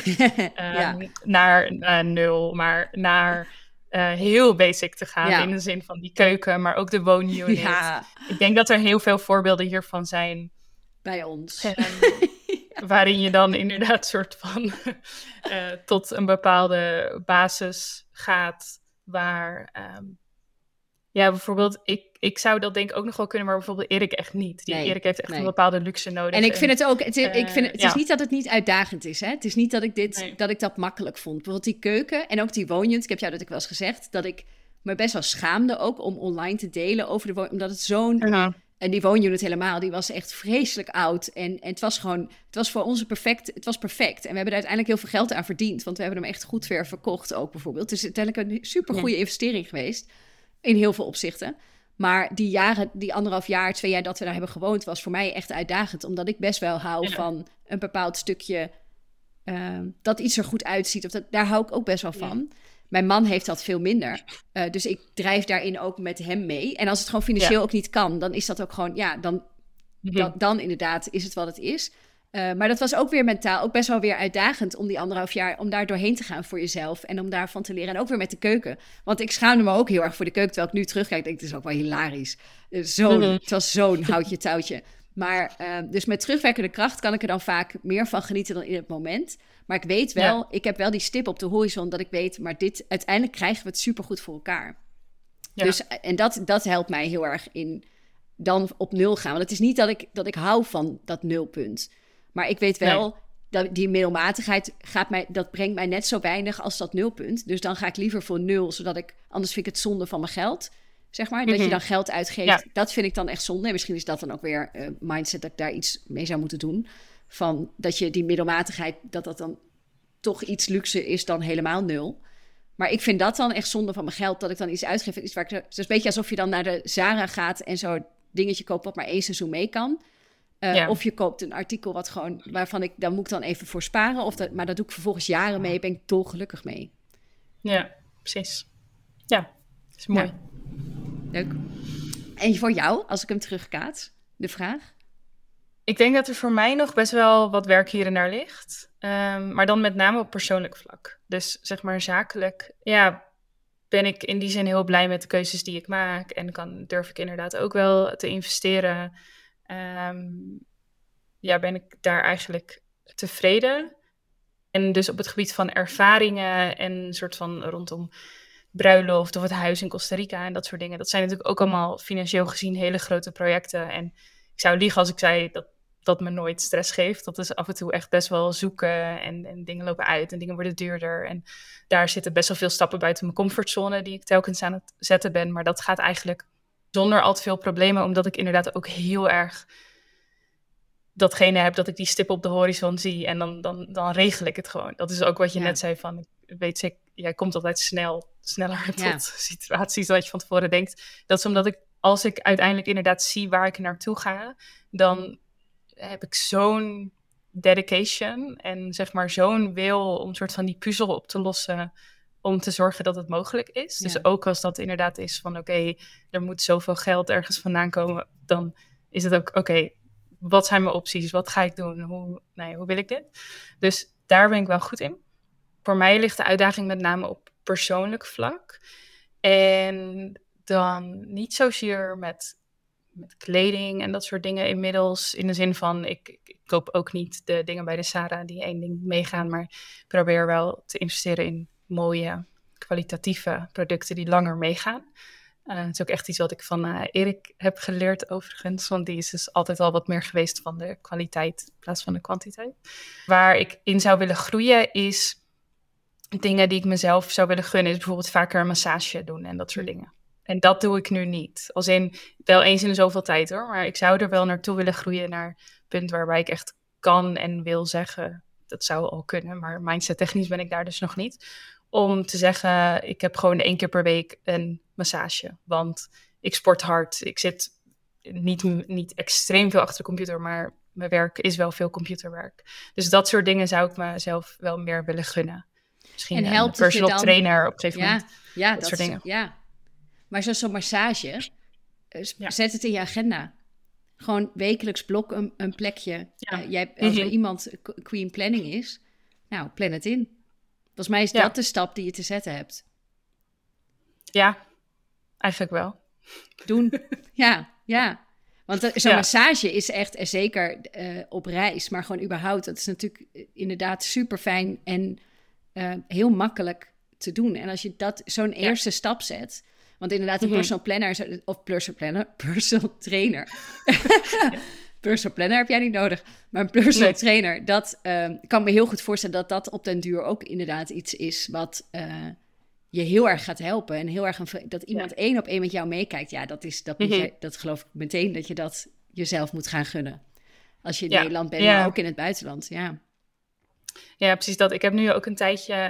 naar 0, maar naar heel basic te gaan in de zin van die keuken, maar ook de woonunit. Ja. Ik denk dat er heel veel voorbeelden hiervan zijn. Bij ons. Waarin je dan inderdaad soort van tot een bepaalde basis gaat waar... bijvoorbeeld, ik zou dat denk ik ook nog wel kunnen, maar bijvoorbeeld Erik echt niet. Erik heeft echt een bepaalde luxe nodig. En ik vind het ook, het is niet dat het niet uitdagend is. Hè? Het is niet dat ik dat makkelijk vond. Bijvoorbeeld die keuken en ook die woonunit. Ik heb jou dat ik wel eens gezegd, dat ik me best wel schaamde ook om online te delen over de woonunit. Omdat het zo'n... En die woonunit helemaal, die was echt vreselijk oud. En het was voor ons perfect. Het was perfect. En we hebben er uiteindelijk heel veel geld aan verdiend. Want we hebben hem echt goed weer verkocht ook bijvoorbeeld. Het is uiteindelijk een supergoeie investering geweest. In heel veel opzichten. Maar die jaren, die 1,5 jaar, 2 jaar dat we daar hebben gewoond, was voor mij echt uitdagend. Omdat ik best wel hou van een bepaald stukje, dat iets er goed uitziet. Of daar hou ik ook best wel van. Mijn man heeft dat veel minder. Dus ik drijf daarin ook met hem mee. En als het gewoon financieel ook niet kan, dan is dat ook gewoon, dan inderdaad is het wat het is. Maar dat was ook weer mentaal ook best wel weer uitdagend om die 1,5 jaar, om daar doorheen te gaan voor jezelf en om daarvan te leren. En ook weer met de keuken. Want ik schaamde me ook heel erg voor de keuken, terwijl ik nu terugkijk, denk ik, het is ook wel hilarisch. Het was zo'n houtje touwtje. Maar dus met terugwerkende kracht kan ik er dan vaak meer van genieten dan in het moment. Maar ik weet wel, ik heb wel die stip op de horizon dat ik weet, maar uiteindelijk krijgen we het supergoed voor elkaar. Ja. Dus, en dat helpt mij heel erg in dan op 0 gaan. Want het is niet dat ik hou van dat 0-punt. Maar ik weet wel, dat die middelmatigheid dat brengt mij net zo weinig als dat 0-punt. Dus dan ga ik liever voor 0, zodat anders vind ik het zonde van mijn geld. Zeg maar, dat je dan geld uitgeeft. Dat vind ik dan echt zonde. En misschien is dat dan ook weer mindset dat ik daar iets mee zou moeten doen. Van dat je die middelmatigheid, dat dan toch iets luxe is dan helemaal 0. Maar ik vind dat dan echt zonde van mijn geld, dat ik dan iets uitgeef. Het is een beetje alsof je dan naar de Zara gaat en zo'n dingetje koopt wat maar 1 seizoen mee kan. Of je koopt een artikel waarvan daar moet ik dan even voor sparen. Maar dat doe ik vervolgens jaren mee, ben ik dolgelukkig mee. Ja, precies. Ja, dat is mooi. Ja. Leuk. En voor jou, als ik hem terugkaats, de vraag? Ik denk dat er voor mij nog best wel wat werk hier en daar ligt. Maar dan met name op persoonlijk vlak. Dus zeg maar zakelijk, ben ik in die zin heel blij met de keuzes die ik maak. En durf ik inderdaad ook wel te investeren. Ben ik daar eigenlijk tevreden. En dus op het gebied van ervaringen en een soort van rondom bruiloft of het huis in Costa Rica en dat soort dingen. Dat zijn natuurlijk ook allemaal financieel gezien hele grote projecten. En ik zou liegen als ik zei dat me nooit stress geeft. Dat is af en toe echt best wel zoeken en dingen lopen uit en dingen worden duurder. En daar zitten best wel veel stappen buiten mijn comfortzone die ik telkens aan het zetten ben. Maar dat gaat eigenlijk zonder al te veel problemen, omdat ik inderdaad ook heel erg datgene heb dat ik die stip op de horizon zie en dan regel ik het gewoon. Dat is ook wat je net zei van, ik weet zeker, jij komt altijd sneller tot situaties dan je van tevoren denkt. Dat is omdat als ik uiteindelijk inderdaad zie waar ik naartoe ga, dan heb ik zo'n dedication en zeg maar zo'n wil om een soort van die puzzel op te lossen, om te zorgen dat het mogelijk is. Dus ook als dat inderdaad is van oké, er moet zoveel geld ergens vandaan komen, dan is het ook oké, wat zijn mijn opties? Wat ga ik doen? Hoe wil ik dit? Dus daar ben ik wel goed in. Voor mij ligt de uitdaging met name op persoonlijk vlak. En dan niet zozeer met kleding en dat soort dingen inmiddels. In de zin van, ik koop ook niet de dingen bij de Zara die één ding meegaan. Maar ik probeer wel te investeren in mooie, kwalitatieve producten die langer meegaan. Het is ook echt iets wat ik van Erik heb geleerd overigens. Want die is dus altijd al wat meer geweest van de kwaliteit in plaats van de kwantiteit. Waar ik in zou willen groeien is dingen die ik mezelf zou willen gunnen. Is bijvoorbeeld vaker een massage doen en dat soort dingen. En dat doe ik nu niet. Als in, wel eens in de zoveel tijd hoor. Maar ik zou er wel naartoe willen groeien naar het punt waarbij ik echt kan en wil zeggen. Dat zou al kunnen, maar mindset technisch ben ik daar dus nog niet. Om te zeggen, ik heb gewoon 1 keer per week een massage. Want ik sport hard. Ik zit niet extreem veel achter de computer, maar mijn werk is wel veel computerwerk. Dus dat soort dingen zou ik mezelf wel meer willen gunnen. Misschien een personal trainer op een gegeven moment. Ja, dat soort dingen. Ja. Maar zo'n massage, zet het in je agenda. Gewoon wekelijks blok een plekje. Als er iemand queen planning is, nou, plan het in. Volgens mij is dat de stap die je te zetten hebt. Ja, eigenlijk wel. Doen. Ja. Want zo'n massage is echt, zeker op reis, maar gewoon überhaupt. Dat is natuurlijk inderdaad super fijn en heel makkelijk te doen. En als je zo'n eerste stap zet. Want inderdaad, een personal planner of personal trainer. Personal planner heb jij niet nodig. Maar een personal trainer, dat kan me heel goed voorstellen dat op den duur ook inderdaad iets is wat je heel erg gaat helpen. En heel erg dat iemand 1 op 1 met jou meekijkt. Ja, dat geloof ik meteen dat je dat jezelf moet gaan gunnen. Als je in Nederland bent, maar ook in het buitenland. Ja, precies dat. Ik heb nu ook een tijdje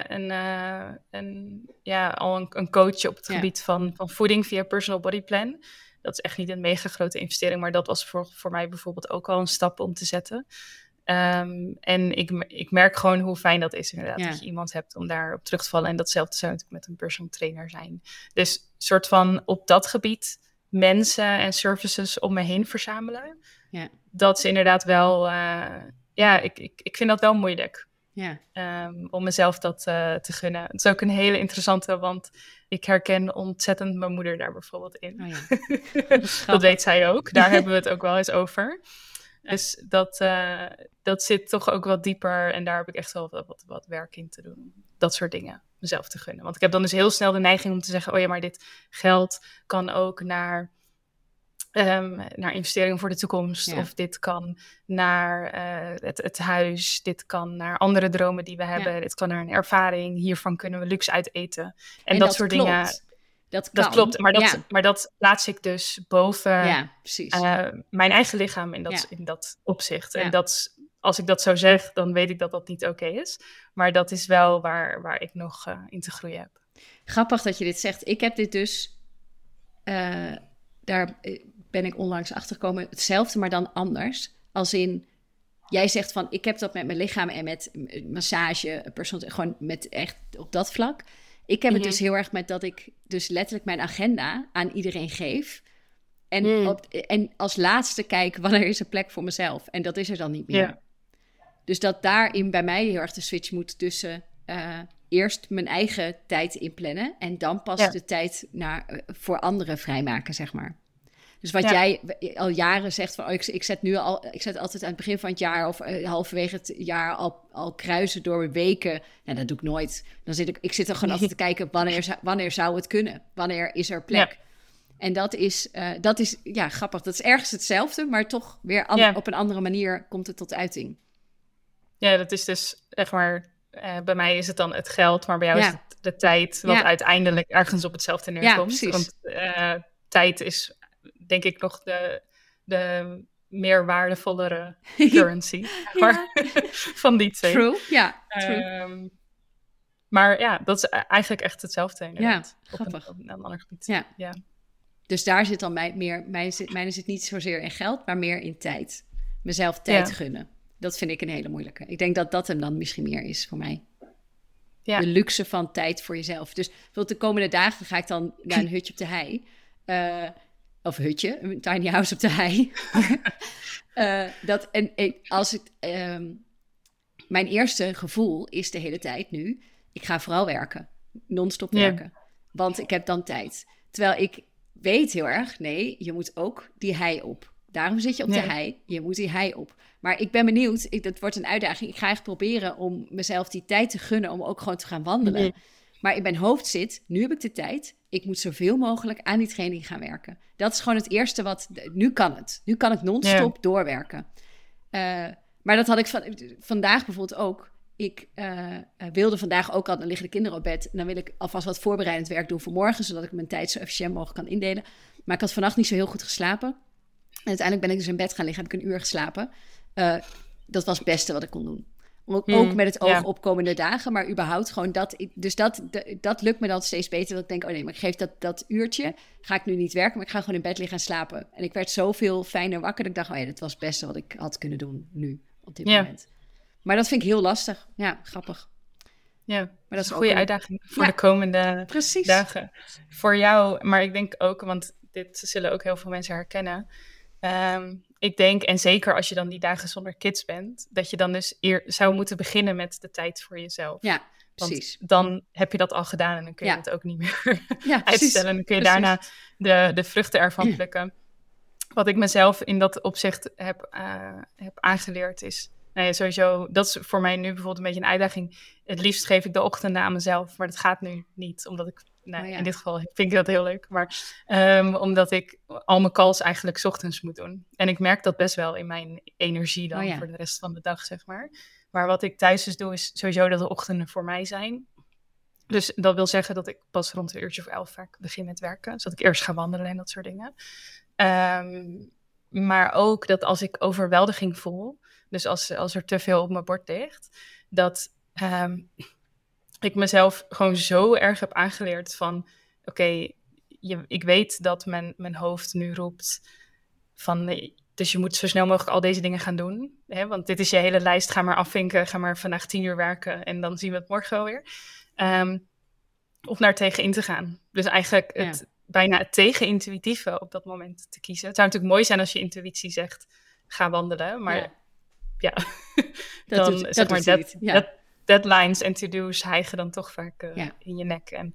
een coach op het gebied van voeding via Personal Body Plan. Dat is echt niet een mega grote investering, maar dat was voor mij bijvoorbeeld ook al een stap om te zetten. En ik merk gewoon hoe fijn dat is inderdaad, dat je iemand hebt om daarop terug te vallen. En datzelfde zou natuurlijk met een personal trainer zijn. Dus soort van op dat gebied mensen en services om me heen verzamelen. Ja. Dat is inderdaad wel, ik vind dat wel moeilijk. Ja. Om mezelf dat te gunnen. Het is ook een hele interessante, want ik herken ontzettend mijn moeder daar bijvoorbeeld in. Oh ja. Dat weet zij ook. Daar hebben we het ook wel eens over. Dus dat zit toch ook wat dieper en daar heb ik echt wel wat werk in te doen. Dat soort dingen, mezelf te gunnen. Want ik heb dan dus heel snel de neiging om te zeggen, oh ja, maar dit geld kan ook naar investeringen voor de toekomst. Ja. Of dit kan naar het huis. Dit kan naar andere dromen die we hebben. Ja. Dit kan naar een ervaring. Hiervan kunnen we luxe uit eten. En dat soort klopt. Dingen. Dat klopt, maar dat plaats ik dus boven mijn eigen lichaam in dat opzicht. Ja. En als ik dat zo zeg, dan weet ik dat dat niet oké is. Maar dat is wel waar ik nog in te groeien heb. Grappig dat je dit zegt. Ik heb dit dus... daar ben ik onlangs achtergekomen. Hetzelfde, maar dan anders. Als in... Jij zegt van, ik heb dat met mijn lichaam en met massage, gewoon met echt op dat vlak. Ik heb het dus heel erg met dat ik dus letterlijk mijn agenda aan iedereen geef. En als laatste kijk, wanneer is er plek voor mezelf? En dat is er dan niet meer. Ja. Dus dat daarin bij mij heel erg de switch moet tussen eerst mijn eigen tijd inplannen en dan pas de tijd voor anderen vrijmaken, zeg maar. Dus wat jij al jaren zegt van, ik zet altijd aan het begin van het jaar of halverwege het jaar al kruisen door weken. Nou, dat doe ik nooit. Dan zit er gewoon altijd te kijken, wanneer zou het kunnen? Wanneer is er plek? Ja. En dat is grappig. Dat is ergens hetzelfde, maar toch weer op een andere manier komt het tot uiting. Ja, dat is dus echt maar, bij mij is het dan het geld, maar bij jou is het de tijd wat uiteindelijk ergens op hetzelfde neerkomt. Ja, precies. Want tijd is denk ik nog de meer waardevollere currency van die twee. True, ja. True. Maar ja, dat is eigenlijk echt hetzelfde inderdaad. Ja, grappig. Op een ander gebied. Ja. Dus daar zit dan mijn zit niet zozeer in geld, maar meer in tijd. Mezelf tijd gunnen. Dat vind ik een hele moeilijke. Ik denk dat dat hem dan misschien meer is voor mij. Ja. De luxe van tijd voor jezelf. Dus bijvoorbeeld de komende dagen ga ik dan naar een hutje op de hei. Of hutje, een tiny house op de hei. Mijn eerste gevoel is de hele tijd nu, ik ga vooral werken. Non-stop werken. Want ik heb dan tijd. Terwijl ik weet heel erg, nee, je moet ook die hei op. Daarom zit je op de hei. Je moet die hei op. Maar ik ben benieuwd. Dat wordt een uitdaging. Ik ga echt proberen om mezelf die tijd te gunnen om ook gewoon te gaan wandelen. Nee. Maar in mijn hoofd zit, nu heb ik de tijd. Ik moet zoveel mogelijk aan die training gaan werken. Dat is gewoon het eerste wat... Nu kan het. Nu kan ik non-stop doorwerken. Maar dat had ik vandaag bijvoorbeeld ook. Ik wilde vandaag ook al, dan liggen de kinderen op bed. En dan wil ik alvast wat voorbereidend werk doen voor morgen, zodat ik mijn tijd zo efficiënt mogelijk kan indelen. Maar ik had vannacht niet zo heel goed geslapen. En uiteindelijk ben ik dus in bed gaan liggen, heb ik een uur geslapen. Dat was het beste wat ik kon doen. Ook met het oog op komende dagen, maar überhaupt gewoon dat. Dus dat lukt me dan steeds beter. Dat ik denk, oh nee, maar ik geef dat uurtje, ga ik nu niet werken, maar ik ga gewoon in bed liggen en slapen. En ik werd zoveel fijner wakker dat ik dacht, oh ja, dit was het beste wat ik had kunnen doen nu, op dit moment. Maar dat vind ik heel lastig. Ja, grappig. Ja, maar dat is een goede uitdaging voor de komende dagen. Voor jou, maar ik denk ook, want dit zullen ook heel veel mensen herkennen. Ik denk, en zeker als je dan die dagen zonder kids bent, dat je dan dus zou moeten beginnen met de tijd voor jezelf. Ja, precies. Want dan heb je dat al gedaan en dan kun je het ook niet meer uitstellen. En dan kun je daarna de vruchten ervan plukken. Wat ik mezelf in dat opzicht heb aangeleerd is... Nou ja, sowieso, dat is voor mij nu bijvoorbeeld een beetje een uitdaging. Het liefst geef ik de ochtenden aan mezelf, maar dat gaat nu niet. Omdat ik, in dit geval vind ik dat heel leuk. Maar omdat ik al mijn calls eigenlijk 's ochtends moet doen. En ik merk dat best wel in mijn energie dan voor de rest van de dag, zeg maar. Maar wat ik thuis dus doe, is sowieso dat de ochtenden voor mij zijn. Dus dat wil zeggen dat ik pas rond een uurtje of 11 vaak begin met werken. Zodat ik eerst ga wandelen en dat soort dingen. Maar ook dat als ik overweldiging voel... Dus als er te veel op mijn bord ligt, dat ik mezelf gewoon zo erg heb aangeleerd van... Oké, ik weet dat mijn hoofd nu roept van... Dus je moet zo snel mogelijk al deze dingen gaan doen. Hè? Want dit is je hele lijst, ga maar afvinken, ga maar vandaag 10 uur werken... en dan zien we het morgen wel weer. Of naar tegenin te gaan. Dus eigenlijk bijna het tegenintuïtieve op dat moment te kiezen. Het zou natuurlijk mooi zijn als je intuïtie zegt, ga wandelen, maar... Ja, dan zeg maar deadlines en to-do's hijgen dan toch vaak in je nek en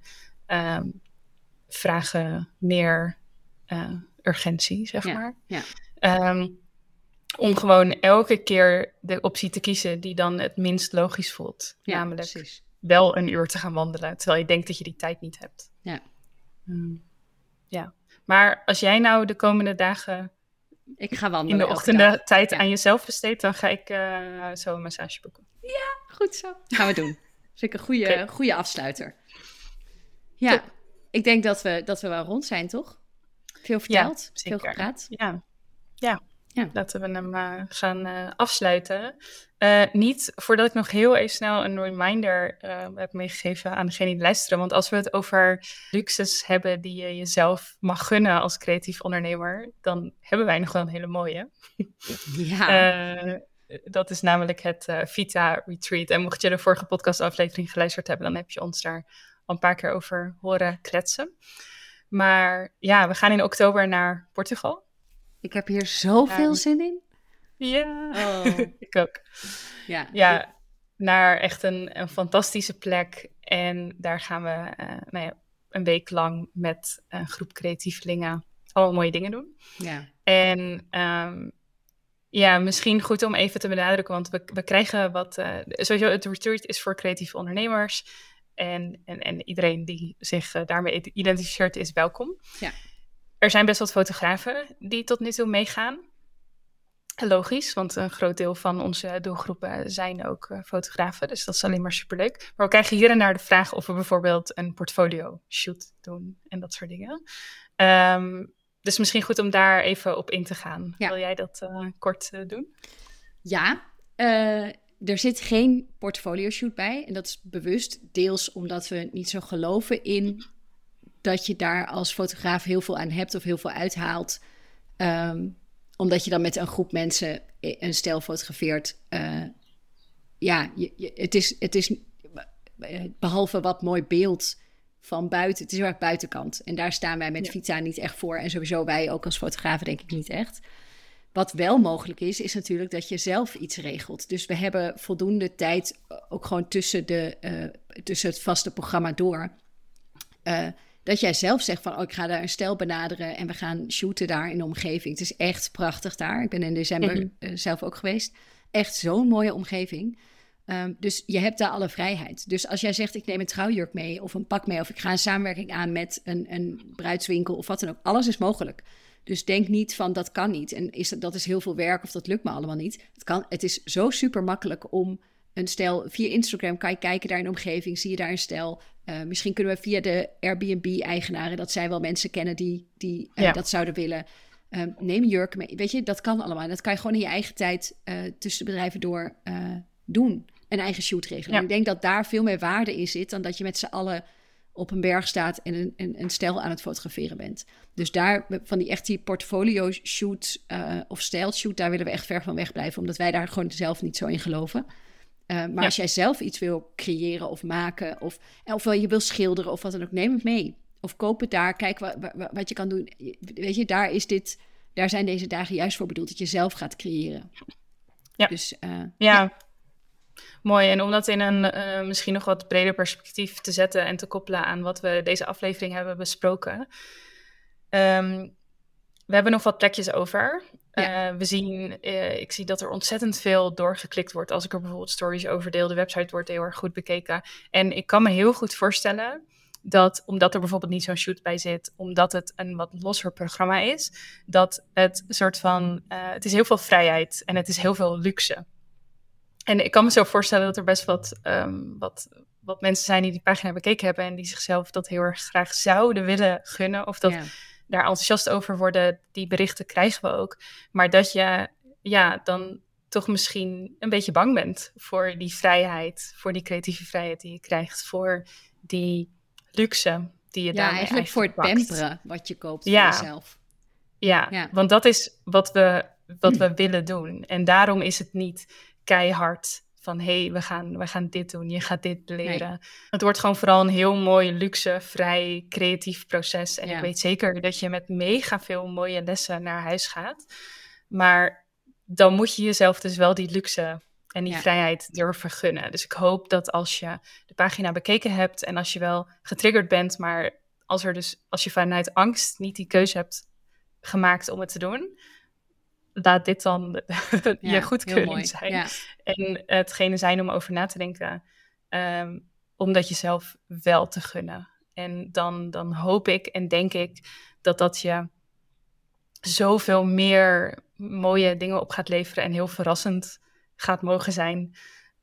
vragen meer urgentie, zeg maar. Ja. Om gewoon elke keer de optie te kiezen die dan het minst logisch voelt. Ja, namelijk wel een uur te gaan wandelen, terwijl je denkt dat je die tijd niet hebt. Ja. Maar als jij nou de komende dagen... Ik ga wandelen. In de ochtenden tijd aan jezelf besteed, dan ga ik zo een massage boeken. Ja, goed zo. Gaan we doen. Vind ik een goede afsluiter. Ja, top. Ik denk dat we wel rond zijn, toch? Veel verteld, veel gepraat. Ja. Laten we hem gaan afsluiten. Niet voordat ik nog heel even snel een reminder heb meegegeven aan degene die luisteren. Want als we het over luxes hebben die je jezelf mag gunnen als creatief ondernemer, dan hebben wij nog wel een hele mooie. Ja. Dat is namelijk het Vita Retreat. En mocht je de vorige podcastaflevering geluisterd hebben, dan heb je ons daar al een paar keer over horen kletsen. Maar ja, we gaan in oktober naar Portugal. Ik heb hier zoveel zin in. Ja, ik ook. Ja, naar echt een fantastische plek. En daar gaan we een week lang met een groep creatievelingen allemaal mooie dingen doen. Ja. En misschien goed om even te benadrukken, want we krijgen wat... sowieso, het retreat is voor creatieve ondernemers. En iedereen die zich daarmee identificeert is welkom. Ja. Er zijn best wat fotografen die tot nu toe meegaan. Logisch, want een groot deel van onze doelgroepen zijn ook fotografen. Dus dat is alleen maar superleuk. Maar we krijgen hier en daar de vraag of we bijvoorbeeld een portfolio shoot doen en dat soort dingen. Dus misschien goed om daar even op in te gaan. Ja. Wil jij dat kort doen? Ja, er zit geen portfolio shoot bij. En dat is bewust, deels omdat we niet zo geloven in dat je daar als fotograaf heel veel aan hebt of heel veel uithaalt. Omdat je dan met een groep mensen een stijl fotografeert. Het is behalve wat mooi beeld van buiten. Het is heel erg buitenkant. En daar staan wij met Vita niet echt voor. En sowieso wij ook als fotografen denk ik niet echt. Wat wel mogelijk is natuurlijk dat je zelf iets regelt. Dus we hebben voldoende tijd ook gewoon tussen het vaste programma door. Dat jij zelf zegt van, ik ga daar een stijl benaderen en we gaan shooten daar in de omgeving. Het is echt prachtig daar. Ik ben in december zelf ook geweest. Echt zo'n mooie omgeving. Dus je hebt daar alle vrijheid. Dus als jij zegt, ik neem een trouwjurk mee of een pak mee, of ik ga een samenwerking aan met een bruidswinkel of wat dan ook. Alles is mogelijk. Dus denk niet van, dat kan niet. En dat is heel veel werk of dat lukt me allemaal niet. Het is zo super makkelijk om een stijl. Via Instagram kan je kijken daar in de omgeving. Zie je daar een stijl. Misschien kunnen we via de Airbnb-eigenaren, dat zij wel mensen kennen die dat zouden willen. Neem een jurk mee. Weet je, dat kan allemaal. Dat kan je gewoon in je eigen tijd tussen de bedrijven door doen. Een eigen shoot regelen. Ja. Ik denk dat daar veel meer waarde in zit dan dat je met z'n allen op een berg staat en een stijl aan het fotograferen bent. Dus daar, van die portfolio shoot of stijl shoot, daar willen we echt ver van weg blijven, omdat wij daar gewoon zelf niet zo in geloven. Maar als jij zelf iets wil creëren of maken, of je wil schilderen of wat dan ook, neem het mee. Of koop het daar, kijk wat je kan doen. Weet je, daar zijn deze dagen juist voor bedoeld, dat je zelf gaat creëren. Ja. Dus, mooi. En om dat in een misschien nog wat breder perspectief te zetten en te koppelen aan wat we deze aflevering hebben besproken. We hebben nog wat plekjes over. Ja. Ik zie dat er ontzettend veel doorgeklikt wordt als ik er bijvoorbeeld stories over deel. De website wordt heel erg goed bekeken. En ik kan me heel goed voorstellen dat, omdat er bijvoorbeeld niet zo'n shoot bij zit, omdat het een wat losser programma is, dat het soort van, het is heel veel vrijheid en het is heel veel luxe. En ik kan me zo voorstellen dat er best wat mensen zijn die pagina bekeken hebben en die zichzelf dat heel erg graag zouden willen gunnen. Of dat daar enthousiast over worden. Die berichten krijgen we ook. Maar dat je dan toch misschien een beetje bang bent voor die vrijheid. Voor die creatieve vrijheid die je krijgt. Voor die luxe die je daarmee eigenlijk voor het pamperen wat je koopt voor jezelf. Ja, want dat is wat we willen doen. En daarom is het niet keihard van, we gaan dit doen, je gaat dit leren. Nee. Het wordt gewoon vooral een heel mooi, luxe, vrij, creatief proces. En ik weet zeker dat je met mega veel mooie lessen naar huis gaat. Maar dan moet je jezelf dus wel die luxe en die vrijheid durven gunnen. Dus ik hoop dat als je de pagina bekeken hebt en als je wel getriggerd bent, maar als je vanuit angst niet die keuze hebt gemaakt om het te doen, laat dit dan je goedkeuring zijn. Ja. En hetgene zijn om over na te denken. Om dat jezelf wel te gunnen. En dan hoop ik en denk ik dat je zoveel meer mooie dingen op gaat leveren en heel verrassend gaat mogen zijn.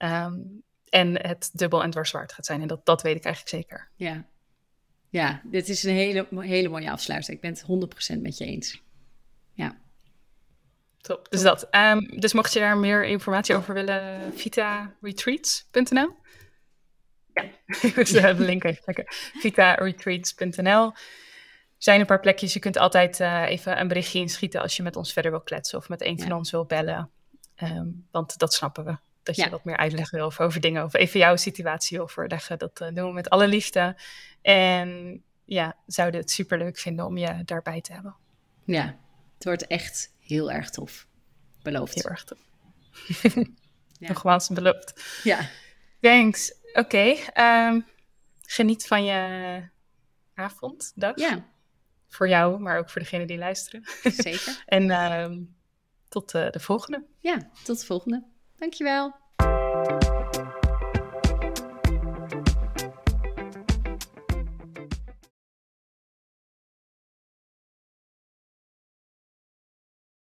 En het dubbel en dwarswaard gaat zijn. En dat weet ik eigenlijk zeker. Ja, dit is een hele mooie afsluiting. Ik ben het 100% met je eens. Ja. Top, dus dat. Dus mocht je daar meer informatie over willen, vitaretreats.nl. Ja, dus de link even checken. vitaretreats.nl. Er zijn een paar plekjes. Je kunt altijd even een berichtje inschieten als je met ons verder wil kletsen of met een van ons wil bellen. Want dat snappen we. Dat je wat meer uitleg wil over dingen of even jouw situatie wil voorleggen. Dat doen we met alle liefde. En zouden het superleuk vinden om je daarbij te hebben. Ja, het wordt echt heel erg tof. Beloofd. Heel erg tof. Nogmaals beloofd. Ja. Thanks. Oké. Geniet van je avond, dag. Ja. Voor jou, maar ook voor degenen die luisteren. Zeker. En tot de volgende. Ja, tot de volgende. Dankjewel.